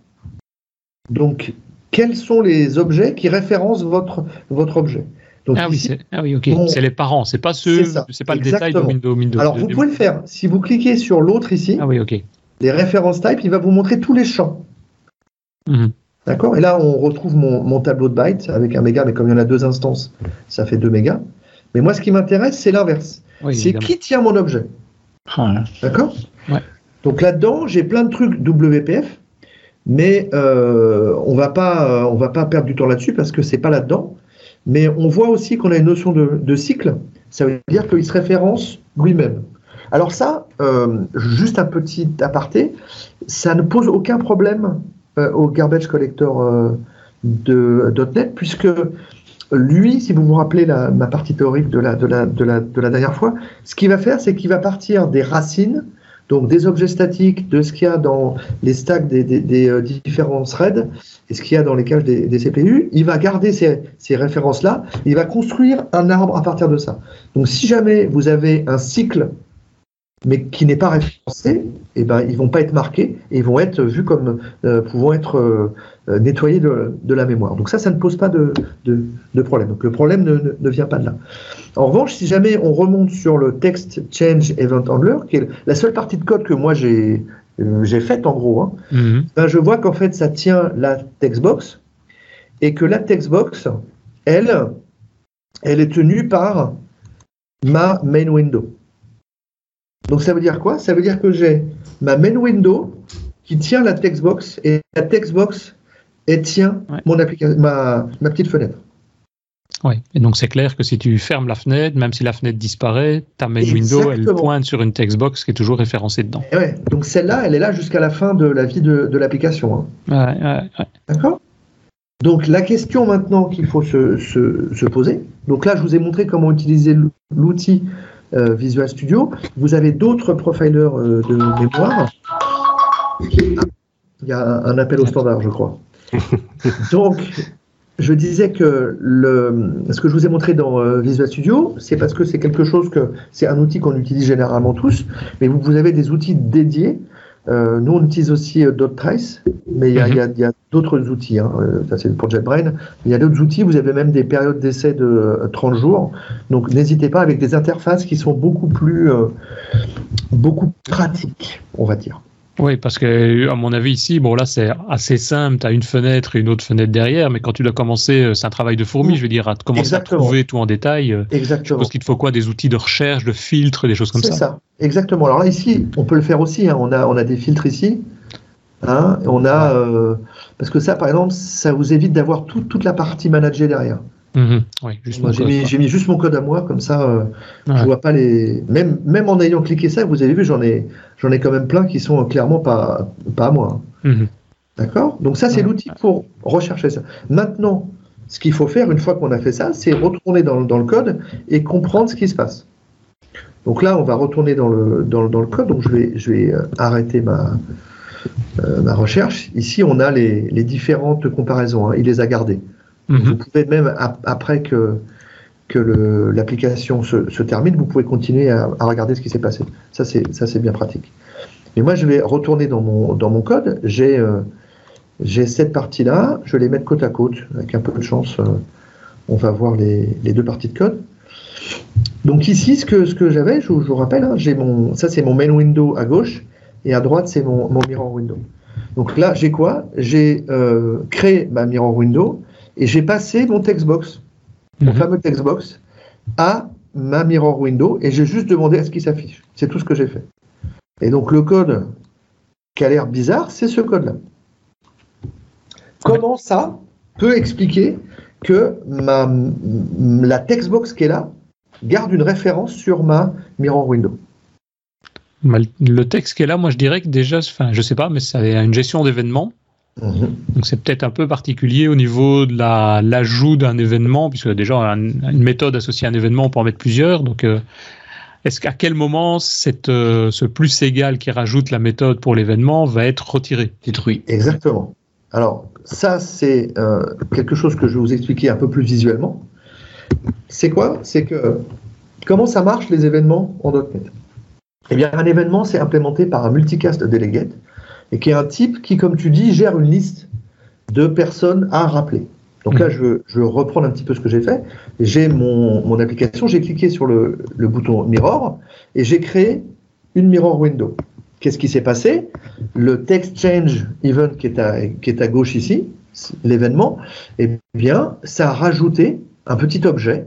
donc quels sont les objets qui référencent votre objet. Donc ici, ok. C'est les parents, c'est pas ceux, c'est pas le détail de Windows. Alors vous pouvez le faire. Si vous cliquez sur l'autre ici, les références type, il va vous montrer tous les champs. D'accord. Et là, on retrouve mon tableau de bytes avec 1 méga, mais comme il y en a 2 instances, ça fait 2 mégas. Mais moi, ce qui m'intéresse, c'est l'inverse. C'est qui tient mon objet. D'accord. Ouais. Donc là-dedans, j'ai plein de trucs WPF, mais on va pas perdre du temps là-dessus parce que c'est pas là-dedans. Mais on voit aussi qu'on a une notion de cycle. Ça veut dire qu'il se référence lui-même. Alors ça, juste un petit aparté, ça ne pose aucun problème au garbage collector de .NET, puisque lui, si vous vous rappelez ma partie théorique de la dernière fois, ce qu'il va faire, c'est qu'il va partir des racines, donc des objets statiques, de ce qu'il y a dans les stacks des différents threads et ce qu'il y a dans les caches des CPU. Il va garder ces références-là, il va construire un arbre à partir de ça. Donc si jamais vous avez un cycle mais qui n'est pas référencé, eh ben, ils ne vont pas être marqués et ils vont être vus comme pouvant être nettoyés de la mémoire. Donc ça ne pose pas de problème. Donc le problème ne vient pas de là. En revanche, si jamais on remonte sur le Text Change Event Handler, qui est la seule partie de code que moi j'ai faite en gros, ben je vois qu'en fait ça tient la textbox et que la textbox, elle est tenue par ma main window. Donc ça veut dire quoi? Ça veut dire que j'ai ma main window qui tient la textbox et la textbox elle tient mon application, ma petite fenêtre. Oui, et donc c'est clair que si tu fermes la fenêtre, même si la fenêtre disparaît, ta main window elle pointe sur une textbox qui est toujours référencée dedans. Ouais, donc celle-là, elle est là jusqu'à la fin de la vie de l'application. Hein. Ouais. D'accord? Donc la question maintenant qu'il faut se poser, donc là je vous ai montré comment utiliser l'outil Visual Studio. Vous avez d'autres profilers de mémoire. Il y a un appel au standard, je crois. Donc, je disais que ce que je vous ai montré dans Visual Studio, c'est parce que c'est quelque chose c'est un outil qu'on utilise généralement tous, mais vous avez des outils dédiés. Nous, on utilise aussi .trace, mais il y a d'autres outils. Ça, c'est pour JetBrains. Il y a d'autres outils. Vous avez même des périodes d'essai de 30 jours. Donc, n'hésitez pas, avec des interfaces qui sont beaucoup pratiques, on va dire. Oui, parce que à mon avis ici, bon là c'est assez simple, tu as une fenêtre et une autre fenêtre derrière, mais quand tu dois commencer, c'est un travail de fourmi, je veux dire, à commencer à trouver tout en détail. Exactement. Je pense qu'il te faut quoi? Des outils de recherche, de filtres, des choses comme ça. C'est ça, exactement. Alors là ici, on peut le faire aussi, on a des filtres ici, on a parce que ça par exemple, ça vous évite d'avoir toute la partie managée derrière. Oui, juste Moi, j'ai mis juste mon code à moi, comme ça, je vois pas les. Même en ayant cliqué ça, vous avez vu, j'en ai quand même plein qui sont clairement pas à moi. D'accord? Donc ça, c'est l'outil pour rechercher ça. Maintenant, ce qu'il faut faire une fois qu'on a fait ça, c'est retourner dans le code et comprendre ce qui se passe. Donc là, on va retourner dans le code. Donc je vais arrêter ma recherche. Ici, on a les différentes comparaisons. Il les a gardées. Vous pouvez même, après que l'application se termine, vous pouvez continuer à regarder ce qui s'est passé. Ça, c'est bien pratique. Et moi, je vais retourner dans mon code. J'ai cette partie-là. Je vais les mettre côte à côte. Avec un peu de chance, on va voir les deux parties de code. Donc ici, ce que j'avais, je vous rappelle, hein, ça c'est mon main window à gauche, et à droite, c'est mon mirror window. Donc là, j'ai quoi? J'ai créé ma mirror window, et j'ai passé mon textbox, mon fameux textbox, à ma mirror window, et j'ai juste demandé à ce qu'il s'affiche. C'est tout ce que j'ai fait. Et donc le code qui a l'air bizarre, c'est ce code-là. Comment ça peut expliquer que la textbox qui est là garde une référence sur ma mirror window? Le texte qui est là, moi je dirais que déjà, je sais pas, mais ça a une gestion d'événements. Donc c'est peut-être un peu particulier au niveau de l'ajout d'un événement, puisque déjà une méthode associée à un événement, on peut en mettre plusieurs. Donc est-ce qu'à quel moment ce plus égal qui rajoute la méthode pour l'événement va être retiré, détruit? Exactement. Alors ça, c'est quelque chose que je vais vous expliquer un peu plus visuellement. C'est quoi? C'est que comment ça marche les événements en .NET? Eh bien, un événement, c'est implémenté par un multicast delegate, et qui est un type qui, comme tu dis, gère une liste de personnes à rappeler. Donc là, je veux reprendre un petit peu ce que j'ai fait. J'ai mon application, j'ai cliqué sur le bouton Mirror, et j'ai créé une Mirror Window. Qu'est-ce qui s'est passé? Le text change event qui est à gauche ici, l'événement, eh bien, ça a rajouté un petit objet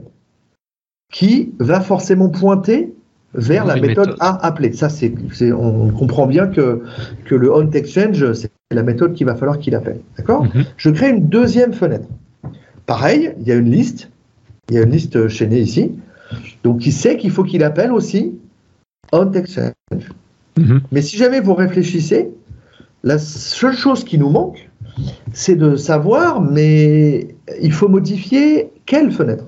qui va forcément pointer vers la méthode à appeler. Ça, on comprend bien que le onTextChange, c'est la méthode qu'il va falloir qu'il appelle. D'accord? Je crée une deuxième fenêtre. Pareil, il y a une liste chaînée ici. Donc, il sait qu'il faut qu'il appelle aussi onTextChange. Mais si jamais vous réfléchissez, la seule chose qui nous manque, c'est de savoir, mais il faut modifier quelle fenêtre?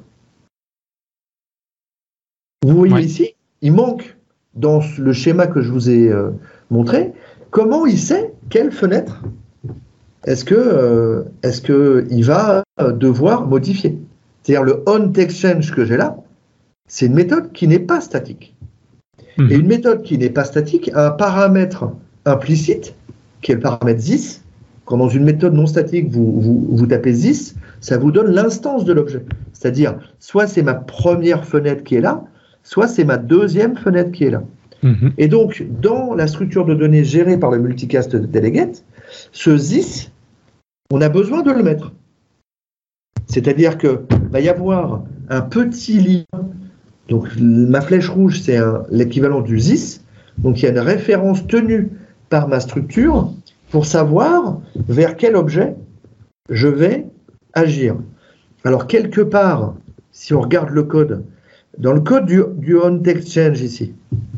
Vous voyez ici, il manque dans le schéma que je vous ai montré, comment il sait quelle fenêtre est-ce que il va devoir modifier. C'est-à-dire le onTextChange que j'ai là, c'est une méthode qui n'est pas statique. Et une méthode qui n'est pas statique a un paramètre implicite, qui est le paramètre this. Quand dans une méthode non statique, vous tapez this, ça vous donne l'instance de l'objet. C'est-à-dire, soit c'est ma première fenêtre qui est là, soit c'est ma deuxième fenêtre qui est là. Et donc, dans la structure de données gérée par le multicast delegate, ce this, on a besoin de le mettre. C'est-à-dire qu'il va y avoir un petit lien. Donc, ma flèche rouge, c'est l'équivalent du this. Donc, il y a une référence tenue par ma structure pour savoir vers quel objet je vais agir. Alors, quelque part, si on regarde le code, dans le code du onTextChange ici,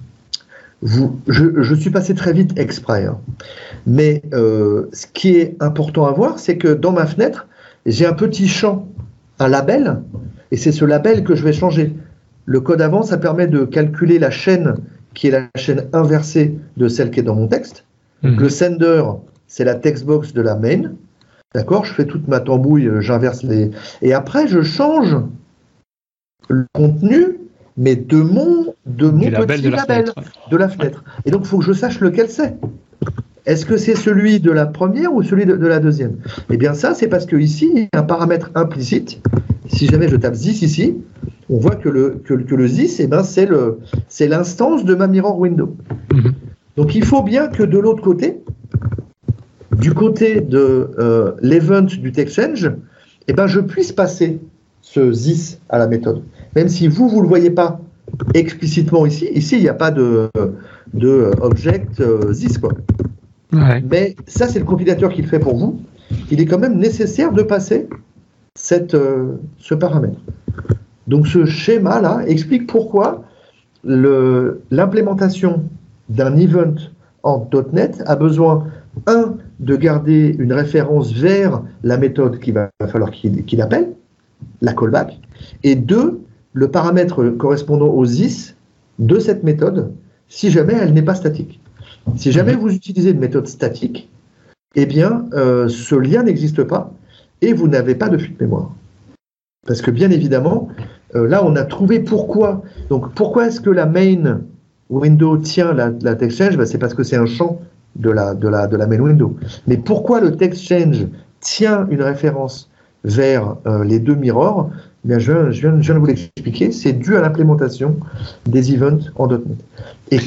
je suis passé très vite exprès, hein. Mais ce qui est important à voir, c'est que dans ma fenêtre, j'ai un petit champ, un label, et c'est ce label que je vais changer. Le code avant, ça permet de calculer la chaîne qui est la chaîne inversée de celle qui est dans mon texte. Donc, le sender, c'est la textbox de la main. D'accord? Je fais toute ma tambouille, j'inverse les... Et après, je change le contenu, mais de mon petit label de la fenêtre. Et donc, il faut que je sache lequel c'est. Est-ce que c'est celui de la première ou celui de la deuxième? Eh bien, ça, c'est parce que ici, il y a un paramètre implicite. Si jamais je tape this ici, on voit que le this, eh ben, c'est l'instance de ma mirror window. Donc, il faut bien que de l'autre côté, du côté de l'event du TextChange, eh ben, je puisse passer ce this à la méthode. Même si vous ne le voyez pas explicitement ici. Ici, il n'y a pas de object this, quoi. Ouais. Mais ça, c'est le compilateur qui le fait pour vous. Il est quand même nécessaire de passer ce paramètre. Donc ce schéma-là explique pourquoi l'implémentation d'un event en .NET a besoin, de garder une référence vers la méthode qu'il va falloir qu'il appelle, la callback, et 2, le paramètre correspondant aux is de cette méthode, si jamais elle n'est pas statique. Si jamais vous utilisez une méthode statique, eh bien, ce lien n'existe pas et vous n'avez pas de fuite mémoire. Parce que bien évidemment, là, on a trouvé pourquoi. Donc, pourquoi est-ce que la main window tient la text change? C'est parce que c'est un champ de la main window. Mais pourquoi le text change tient une référence vers les deux mirrors? Bien, je viens de vous l'expliquer. C'est dû à l'implémentation des events en .NET. Et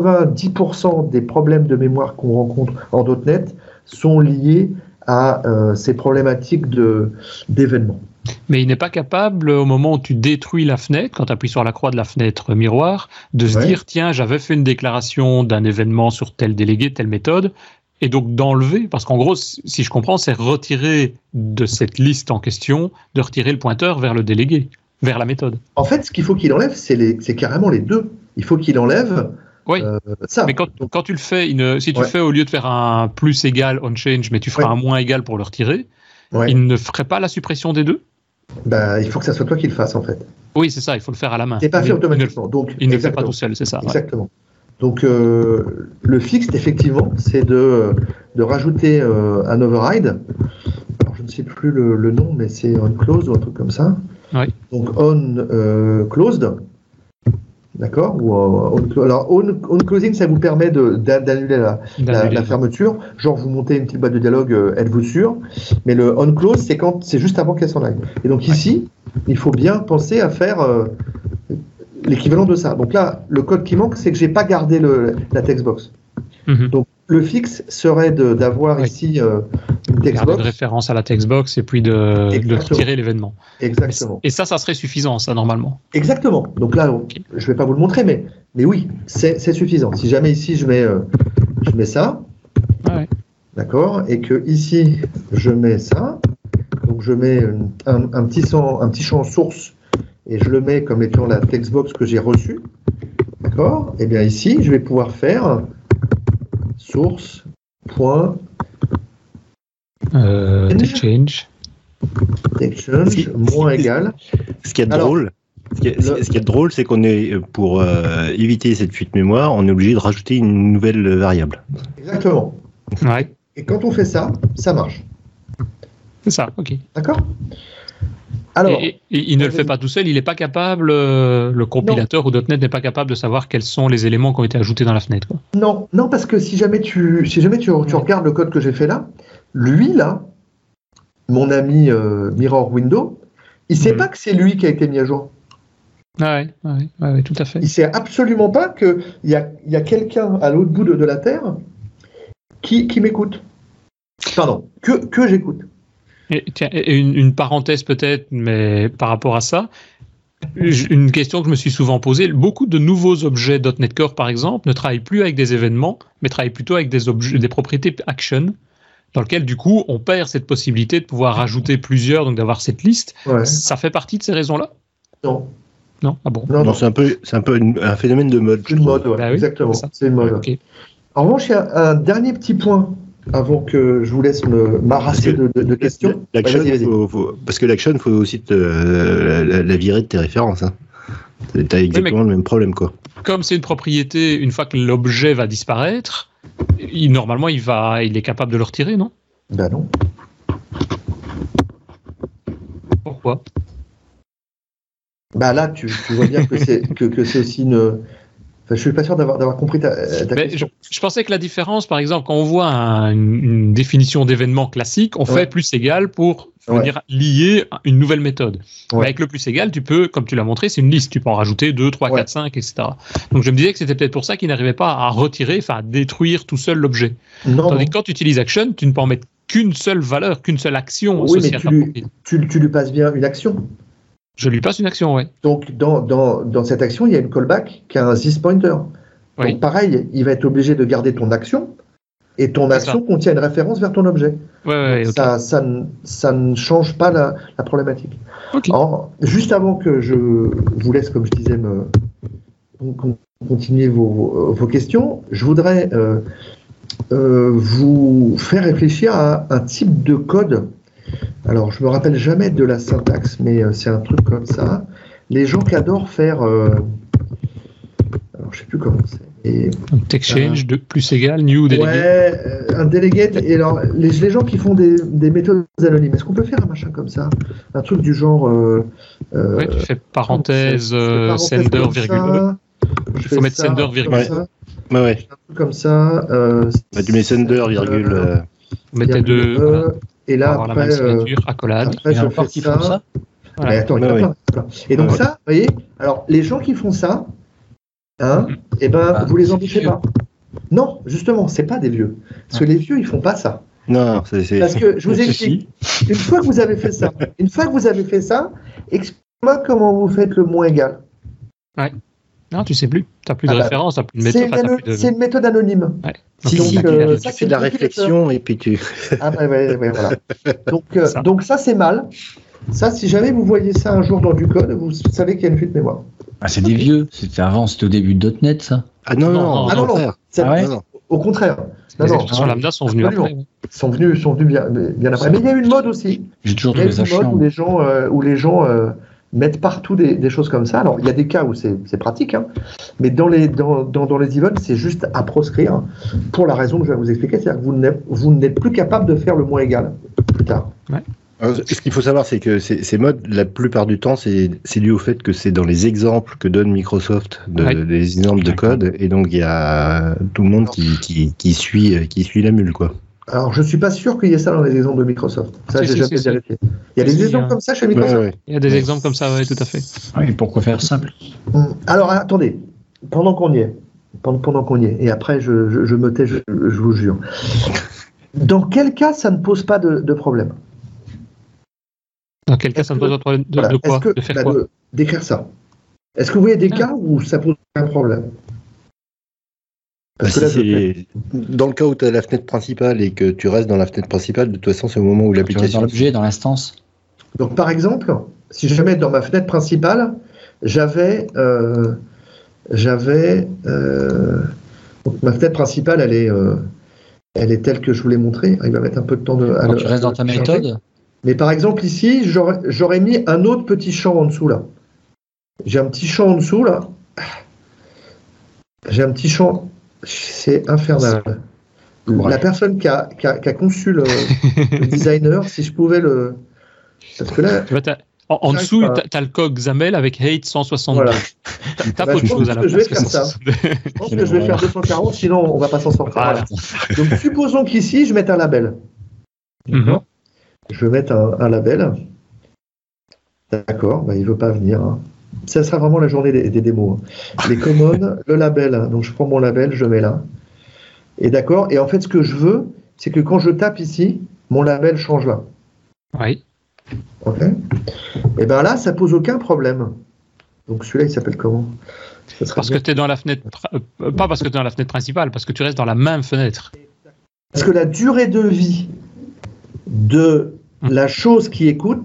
90% des problèmes de mémoire qu'on rencontre en .NET sont liés à ces problématiques d'événements. Mais il n'est pas capable, au moment où tu détruis la fenêtre, quand tu appuies sur la croix de la fenêtre miroir, de se dire, tiens, j'avais fait une déclaration d'un événement sur tel délégué, telle méthode, et donc d'enlever, parce qu'en gros, si je comprends, c'est retirer de cette liste en question, de retirer le pointeur vers le délégué, vers la méthode. En fait, ce qu'il faut qu'il enlève, c'est carrément les deux. Il faut qu'il enlève ça. Mais quand tu le fais, si tu fais, au lieu de faire un plus égal on change, mais tu feras un moins égal pour le retirer, il ne ferait pas la suppression des deux? Il faut que ça soit toi qui le fasses, en fait. Oui, c'est ça, il faut le faire à la main. C'est pas fait automatiquement. Donc, il ne le fait pas tout seul, c'est ça. Exactement. Donc, le fixe, effectivement, c'est de rajouter un override. Alors, je ne sais plus le nom, mais c'est on closed ou un truc comme ça. Donc, on closed. D'accord? Alors, on closing, ça vous permet d'annuler la fermeture. Genre, vous montez une petite boîte de dialogue, êtes-vous sûr? Mais le on close, c'est juste avant qu'elle s'en aille. Et donc, ici, il faut bien penser à faire l'équivalent de ça. Donc là, le code qui manque, c'est que j'ai pas gardé la textbox. Donc, le fixe serait d'avoir ici une textbox. De référence à la textbox et puis de retirer l'événement. Exactement. Et ça serait suffisant, ça, normalement. Exactement. Donc là, je vais pas vous le montrer, mais oui, c'est suffisant. Si jamais ici, je mets ça, d'accord, et que ici, je mets ça, donc je mets un petit champ source et je le mets comme étant la textbox que j'ai reçue, d'accord, et bien ici, je vais pouvoir faire source, point, change, moins égal. Ce qui est drôle, c'est qu'on est, pour éviter cette fuite mémoire, on est obligé de rajouter une nouvelle variable. Exactement. Et quand on fait ça, ça marche. C'est ça, ok. D'accord. Alors, et il ne le fait pas tout seul, il n'est pas capable, le compilateur ou .NET n'est pas capable de savoir quels sont les éléments qui ont été ajoutés dans la fenêtre, quoi. Non, parce que si jamais tu regardes le code que j'ai fait là, lui là, mon ami Mirror Window, il ne sait pas que c'est lui qui a été mis à jour. Ouais, tout à fait. Il ne sait absolument pas qu'il y a quelqu'un à l'autre bout de la Terre qui m'écoute. Pardon, que j'écoute. Et une parenthèse peut-être, mais par rapport à ça, une question que je me suis souvent posée, beaucoup de nouveaux objets .NET Core, par exemple, ne travaillent plus avec des événements, mais travaillent plutôt avec des propriétés action, dans lesquelles, du coup, on perd cette possibilité de pouvoir rajouter plusieurs, donc d'avoir cette liste. Ça fait partie de ces raisons-là? Non. Ah bon? Non, c'est un peu un phénomène de mode. Une mode, exactement. C'est une mode. Okay. En revanche, il y a un dernier petit point avant que je vous laisse m'arracher de questions. Vas-y. Parce que l'action, il faut aussi la virer de tes références. Hein. Tu as exactement le même problème, quoi. Comme c'est une propriété, une fois que l'objet va disparaître, normalement, il est capable de le retirer, non? Ben non. Pourquoi? Bah là, tu vois bien que c'est aussi une... Enfin, je suis pas sûr d'avoir compris ta question. Je pensais que la différence, par exemple, quand on voit une définition d'événement classique, on fait plus égal pour dire lier une nouvelle méthode. Mais avec le plus égal, tu peux, comme tu l'as montré, c'est une liste. Tu peux en rajouter 2, 3, 4, 5, etc. Donc je me disais que c'était peut-être pour ça qu'il n'arrivait pas à retirer, enfin à détruire tout seul l'objet. Tandis que quand tu utilises action, tu ne peux en mettre qu'une seule valeur, qu'une seule action associée à ta propriété. Tu lui passes bien une action. Je lui passe une action, oui. Donc, dans cette action, il y a une callback qui a un this pointer. Donc, pareil, il va être obligé de garder ton action et ton action contient une référence vers ton objet. Ouais, okay. Ça ne change pas la problématique. Okay. Alors, juste avant que je vous laisse, comme je disais, continuer vos questions, je voudrais vous faire réfléchir à un type de code. Alors, je me rappelle jamais de la syntaxe, mais c'est un truc comme ça. Les gens qui adorent faire... alors, je sais plus comment c'est. Exchange de plus égal, new delegate. Ouais, un delegate. Et alors, les gens qui font des méthodes anonymes, est-ce qu'on peut faire un machin comme ça? Un truc du genre... ouais, tu fais parenthèse, sender, virgule. Il faut mettre sender, virgule. Ouais. Un truc comme ça. Tu mets sender, virgule. Mettez deux. Et là, après, accolade. Après, je fais ça. Voilà. Mais attends, il y en a plein. Et donc ça, vous voyez, alors les gens qui font ça, eh ben, vous les embauchez pas. Non, justement, c'est pas des vieux. Parce que les vieux, ils font pas ça. Non, c'est... Parce que je vous explique. Une fois que vous avez fait ça, expliquez-moi comment vous faites le moins égal. Ouais. Non, tu sais plus. Tu n'as plus de référence, tu n'as plus de méthode. C'est une méthode anonyme. Ouais. Si, donc, tu fais de la réflexion et puis tu... ouais, voilà. Donc ça, c'est mal. Ça, si jamais vous voyez ça un jour dans du code, vous savez qu'il y a une fuite mémoire. Ah, c'est des vieux. C'était avant, c'était au début de .NET, ça. Ah non. Non. Au contraire. Les extensions Lambda sont venues après. Ils sont venus bien après. Mais il y a eu une mode aussi. J'ai toujours trouvé ça chiant. Où les gens mettent partout des choses comme ça. Alors, il y a des cas où c'est pratique, mais dans les events, c'est juste à proscrire pour la raison que je vais vous expliquer. C'est-à-dire que vous n'êtes plus capable de faire le moins égal plus tard. Ouais. Alors, ce qu'il faut savoir, c'est que ces modes, la plupart du temps, c'est dû au fait que c'est dans les exemples que donne Microsoft, des exemples de code, et donc il y a tout le monde qui suit la mule, quoi. Alors, je ne suis pas sûr qu'il y ait ça dans les exemples de Microsoft. Ça, j'ai jamais vérifié. Il y a des exemples comme ça chez Microsoft. Ouais. Il y a des exemples comme ça, oui, tout à fait. Oui, pourquoi faire simple? Alors, attendez, pendant qu'on y est, et après, je me tais, je vous jure. Dans quel cas ça ne pose pas de problème? Dans quel cas ça ne pose pas de problème de quoi? De faire quoi? D'écrire ça. Est-ce que vous voyez des cas où ça pose un problème? Parce que dans le cas où tu as la fenêtre principale et que tu restes dans la fenêtre principale, de toute façon, c'est au moment où l'application... Dans l'objet, dans l'instance. Donc, par exemple, si je mets dans ma fenêtre principale, j'avais... donc, ma fenêtre principale, elle est telle que je vous l'ai montrée. Il va mettre un peu de temps Quand tu restes dans ta méthode. Mais par exemple, ici, j'aurais mis un autre petit champ en dessous, là. J'ai un petit champ en dessous, là. J'ai un petit champ... C'est infernal. La personne qui a conçu le designer, si je pouvais le... Parce que là... En dessous, tu as le code XAML avec hate 162. Voilà. Tape autre chose à la place. Je vais faire ça. Je pense que je vais faire 240, sinon on ne va pas s'en sortir. Voilà. Donc supposons qu'ici, je mette un label. D'accord. Je vais mettre un label. D'accord, il ne veut pas venir. Ça sera vraiment la journée des démos. Les commons, le label. Donc je prends mon label, je mets là. Et d'accord. Et en fait, ce que je veux, c'est que quand je tape ici, mon label change là. Oui. Ok. Et bien là, ça pose aucun problème. Donc celui-là, il s'appelle comment? Parce que tu es dans la fenêtre, pas parce que tu es dans la fenêtre principale, parce que tu restes dans la même fenêtre. Parce que la durée de vie de la chose qui écoute,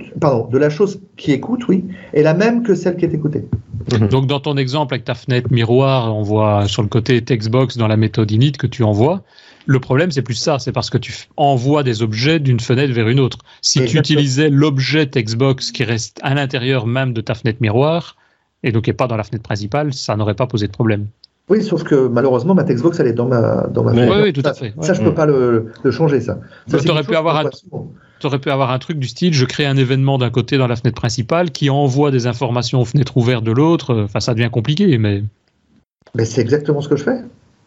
oui, est la même que celle qui est écoutée. Donc dans ton exemple avec ta fenêtre miroir, on voit sur le côté textbox dans la méthode init que tu envoies. Le problème, c'est plus ça, c'est parce que tu envoies des objets d'une fenêtre vers une autre. Si tu utilisais l'objet textbox qui reste à l'intérieur même de ta fenêtre miroir, et donc qui n'est pas dans la fenêtre principale, ça n'aurait pas posé de problème. Oui, sauf que malheureusement, ma textbox, elle est dans ma fenêtre. Oui, tout à fait. Ça, je ne peux pas le changer, ça. Tu aurais pu avoir un truc du style, je crée un événement d'un côté dans la fenêtre principale qui envoie des informations aux fenêtres ouvertes de l'autre. Enfin, ça devient compliqué, mais... Mais c'est exactement ce que je fais.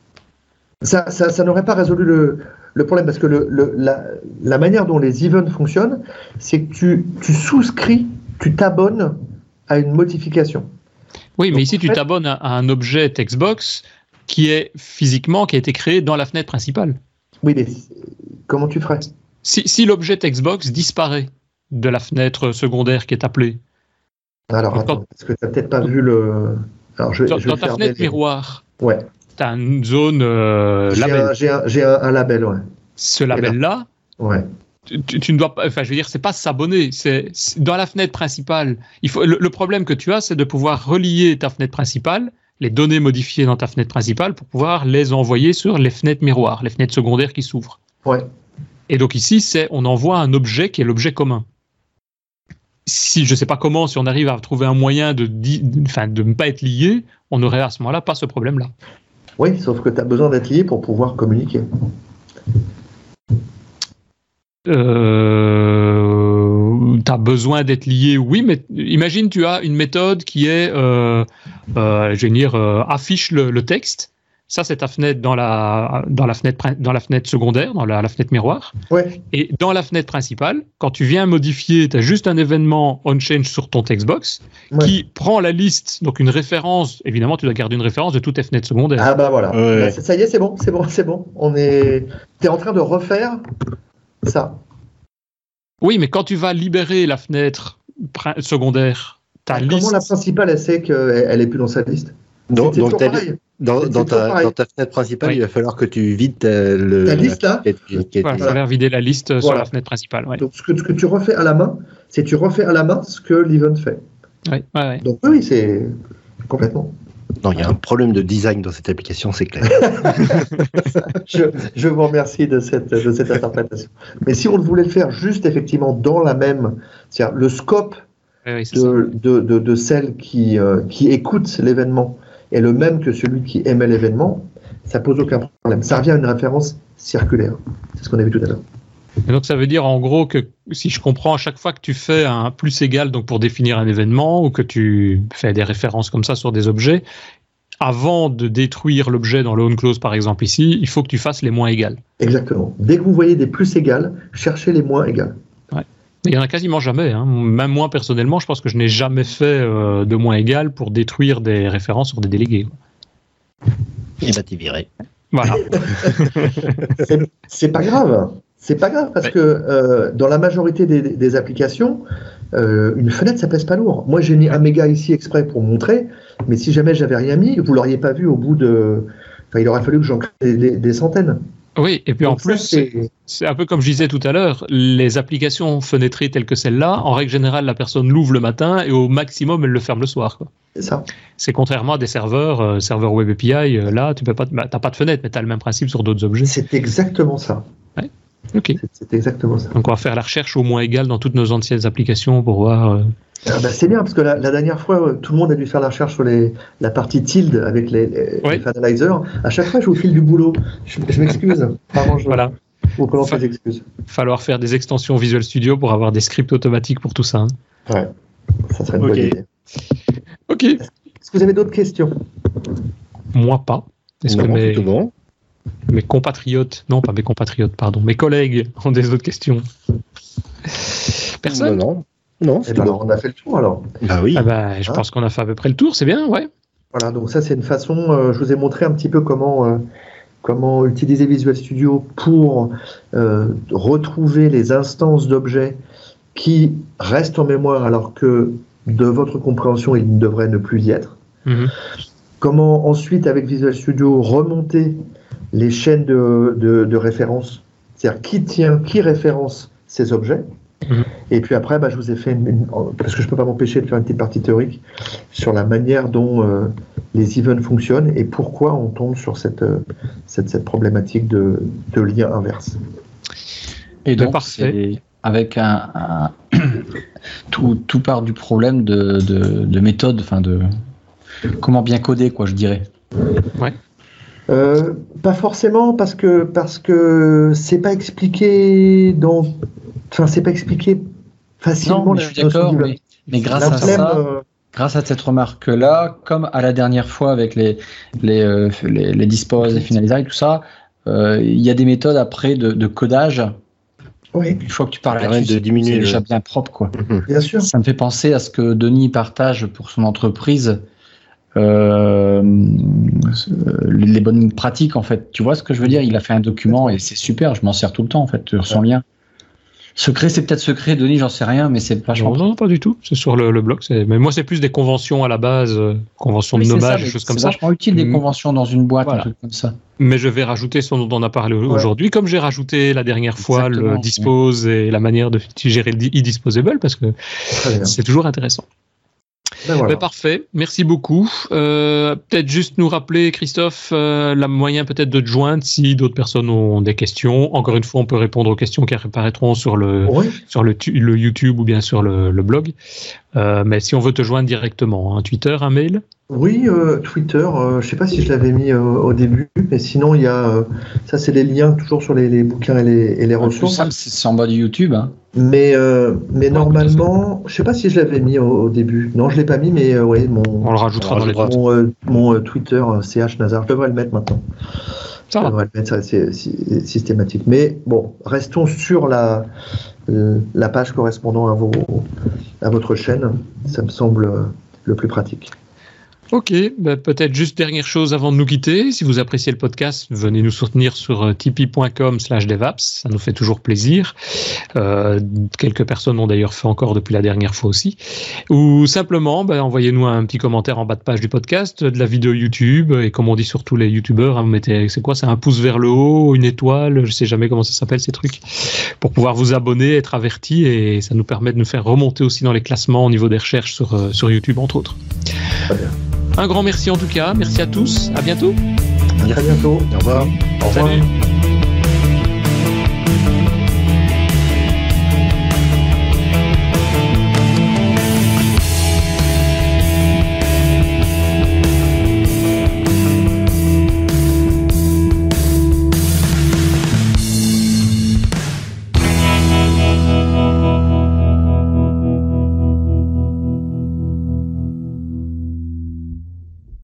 Ça n'aurait pas résolu le problème, parce que la manière dont les events fonctionnent, c'est que tu souscris, tu t'abonnes à une modification. Oui, mais ici, tu t'abonnes à un objet textbox qui a été créé dans la fenêtre principale. Oui, mais comment tu ferais? Si l'objet textbox disparaît de la fenêtre secondaire qui est appelée. Alors, attends, parce que tu n'as peut-être pas vu le... Alors, dans ta fenêtre miroir. Ouais. tu as une zone label. J'ai un label, ouais. Ce label-là, ouais. Tu ne dois pas, enfin, je veux dire, c'est pas s'abonner, c'est dans la fenêtre principale. Le problème que tu as, c'est de pouvoir relier ta fenêtre principale, les données modifiées dans ta fenêtre principale pour pouvoir les envoyer sur les fenêtres miroirs, les fenêtres secondaires qui s'ouvrent. Ouais. Et donc ici, on envoie un objet qui est l'objet commun. Si je sais pas comment, si on arrive à trouver un moyen de ne pas être lié, on n'aurait à ce moment-là pas ce problème-là. Oui, sauf que tu as besoin d'être lié pour pouvoir communiquer. Tu as besoin d'être lié, oui, mais imagine tu as une méthode qui est, affiche le texte. Ça, c'est ta fenêtre dans la fenêtre secondaire, dans la fenêtre miroir. Ouais. Et dans la fenêtre principale, quand tu viens modifier, tu as juste un événement onChange sur ton textbox qui prend la liste, donc une référence. Évidemment, tu dois garder une référence de toutes tes fenêtres secondaires. Ah bah voilà. Ouais. Là, ça y est, c'est bon. T'es en train de refaire ça. Oui, mais quand tu vas libérer la fenêtre secondaire, ta liste. Comment la principale, elle sait qu'elle est plus dans sa liste? Donc dans ta fenêtre principale, oui. il va falloir que tu vides ta liste là. Il va falloir vider la liste sur la fenêtre principale. Ouais. Donc ce que tu refais à la main, c'est tu refais à la main ce que l'event fait. Ouais. Donc oui, c'est complètement. Non, il y a un problème de design dans cette application, c'est clair. Je vous remercie de cette interprétation. Mais si on voulait le faire juste effectivement dans la même, c'est-à-dire le scope de celle qui écoute l'événement est le même que celui qui émet l'événement, ça pose aucun problème. Ça revient à une référence circulaire. C'est ce qu'on a vu tout à l'heure. Et donc ça veut dire en gros que si je comprends, à chaque fois que tu fais un plus égal donc pour définir un événement ou que tu fais des références comme ça sur des objets, avant de détruire l'objet dans le onClose par exemple ici, il faut que tu fasses les moins égales. Exactement. Dès que vous voyez des plus égales, cherchez les moins égales. Ouais. Il n'y en a quasiment jamais. Hein. Même moi personnellement, je pense que je n'ai jamais fait de moins égal pour détruire des références sur des délégués. Et bah t'es viré. Voilà. C'est pas grave. C'est pas grave parce que dans la majorité des applications, une fenêtre ça pèse pas lourd. Moi j'ai mis un méga ici exprès pour montrer, mais si jamais j'avais rien mis, vous l'auriez pas vu au bout de. Enfin, il aurait fallu que j'en crée des centaines. Oui, et puis donc en plus, c'est un peu comme je disais tout à l'heure, les applications fenêtrées telles que celle-là, en règle générale, la personne l'ouvre le matin et au maximum, elle le ferme le soir. Quoi. C'est ça. C'est contrairement à des serveurs Web API, là, tu peux pas, t'as pas de fenêtre, mais tu as le même principe sur d'autres objets. C'est exactement ça. Ouais. Ok. C'est exactement ça. Donc on va faire la recherche au moins égale dans toutes nos anciennes applications pour voir. C'est bien parce que la dernière fois, tout le monde a dû faire la recherche sur la partie tilde avec les finalizers. À chaque fois, je vous file du boulot. Je m'excuse. Voilà. Vous présente mes excuses. Falloir faire des extensions Visual Studio pour avoir des scripts automatiques pour tout ça. Hein. Ouais. Ça serait une bonne idée. Ok. Est-ce que vous avez d'autres questions? Moi pas. Est-ce non, que tout bon. mes compatriotes, non pas mes compatriotes, pardon, mes collègues ont des autres questions? Personne? Non, c'est bon. On a fait le tour alors. Bah oui. Je pense qu'on a fait à peu près le tour, c'est bien, ouais. Voilà, donc ça c'est une façon, je vous ai montré un petit peu comment utiliser Visual Studio pour retrouver les instances d'objets qui restent en mémoire alors que de votre compréhension, ils ne devraient ne plus y être. Comment ensuite, avec Visual Studio, remonter les chaînes de référence, c'est-à-dire qui référence ces objets. Et puis après, je vous ai fait, parce que je ne peux pas m'empêcher de faire une petite partie théorique sur la manière dont les events fonctionnent et pourquoi on tombe sur cette problématique de lien inverse. Et donc, parfait. Avec tout part du problème de méthode, enfin de comment bien coder, quoi, je dirais. Ouais. Pas forcément parce que c'est pas expliqué c'est pas expliqué facilement. Non, mais je suis d'accord, mais grâce à cette remarque-là, comme à la dernière fois avec les dispose, les finalizers et tout ça, il y a des méthodes après de codage. Oui. Une fois que tu parles là-dessus, de diminuer c'est déjà bien propre, quoi. Bien sûr. Ça me fait penser à ce que Denis partage pour son entreprise. Les bonnes pratiques, en fait. Tu vois ce que je veux dire? Il a fait un document et c'est super, je m'en sers tout le temps, en fait, sur son lien. Secret, c'est peut-être secret, Denis, j'en sais rien, mais c'est vachement. Non, pas du tout. C'est sur le blog. Mais moi, c'est plus des conventions à la base, conventions de nommage, des choses comme ça. C'est vachement utile, des conventions dans une boîte, un truc comme ça. Mais je vais rajouter ce dont on a parlé aujourd'hui, comme j'ai rajouté la dernière fois le dispose et la manière de gérer le e-disposable, parce que c'est toujours intéressant. Voilà. Parfait, merci beaucoup. Peut-être juste nous rappeler, Christophe, la moyen peut-être de te joindre si d'autres personnes ont des questions. Encore une fois, on peut répondre aux questions qui apparaîtront sur le YouTube ou bien sur le blog. Mais si on veut te joindre directement, un Twitter, un mail? Oui, Twitter, je ne sais pas si je l'avais mis au début, mais sinon il y a, ça c'est les liens toujours sur les bouquins et les ressources. Tout ça, c'est en bas du YouTube. Hein. Mais normalement, je ne sais pas si je l'avais mis au début. Non, je ne l'ai pas mis, mais on le rajoutera dans les notes. Mon Twitter, CH Nazar, je devrais le mettre maintenant. Je devrais le mettre, ça c'est systématique. Mais bon, restons sur la page correspondant à votre chaîne. Ça me semble le plus pratique. Ok, peut-être juste dernière chose avant de nous quitter. Si vous appréciez le podcast, venez nous soutenir sur tipeee.com/devaps. Ça nous fait toujours plaisir. Quelques personnes l'ont d'ailleurs fait encore depuis la dernière fois aussi. Ou simplement, envoyez-nous un petit commentaire en bas de page du podcast, de la vidéo YouTube. Et comme on dit sur tous les YouTubeurs, vous mettez, c'est quoi, c'est un pouce vers le haut, une étoile, je sais jamais comment ça s'appelle ces trucs, pour pouvoir vous abonner, être averti. Et ça nous permet de nous faire remonter aussi dans les classements au niveau des recherches sur YouTube, entre autres. Très bien. Un grand merci en tout cas, merci à tous, à bientôt. À très bientôt, au revoir. Salut.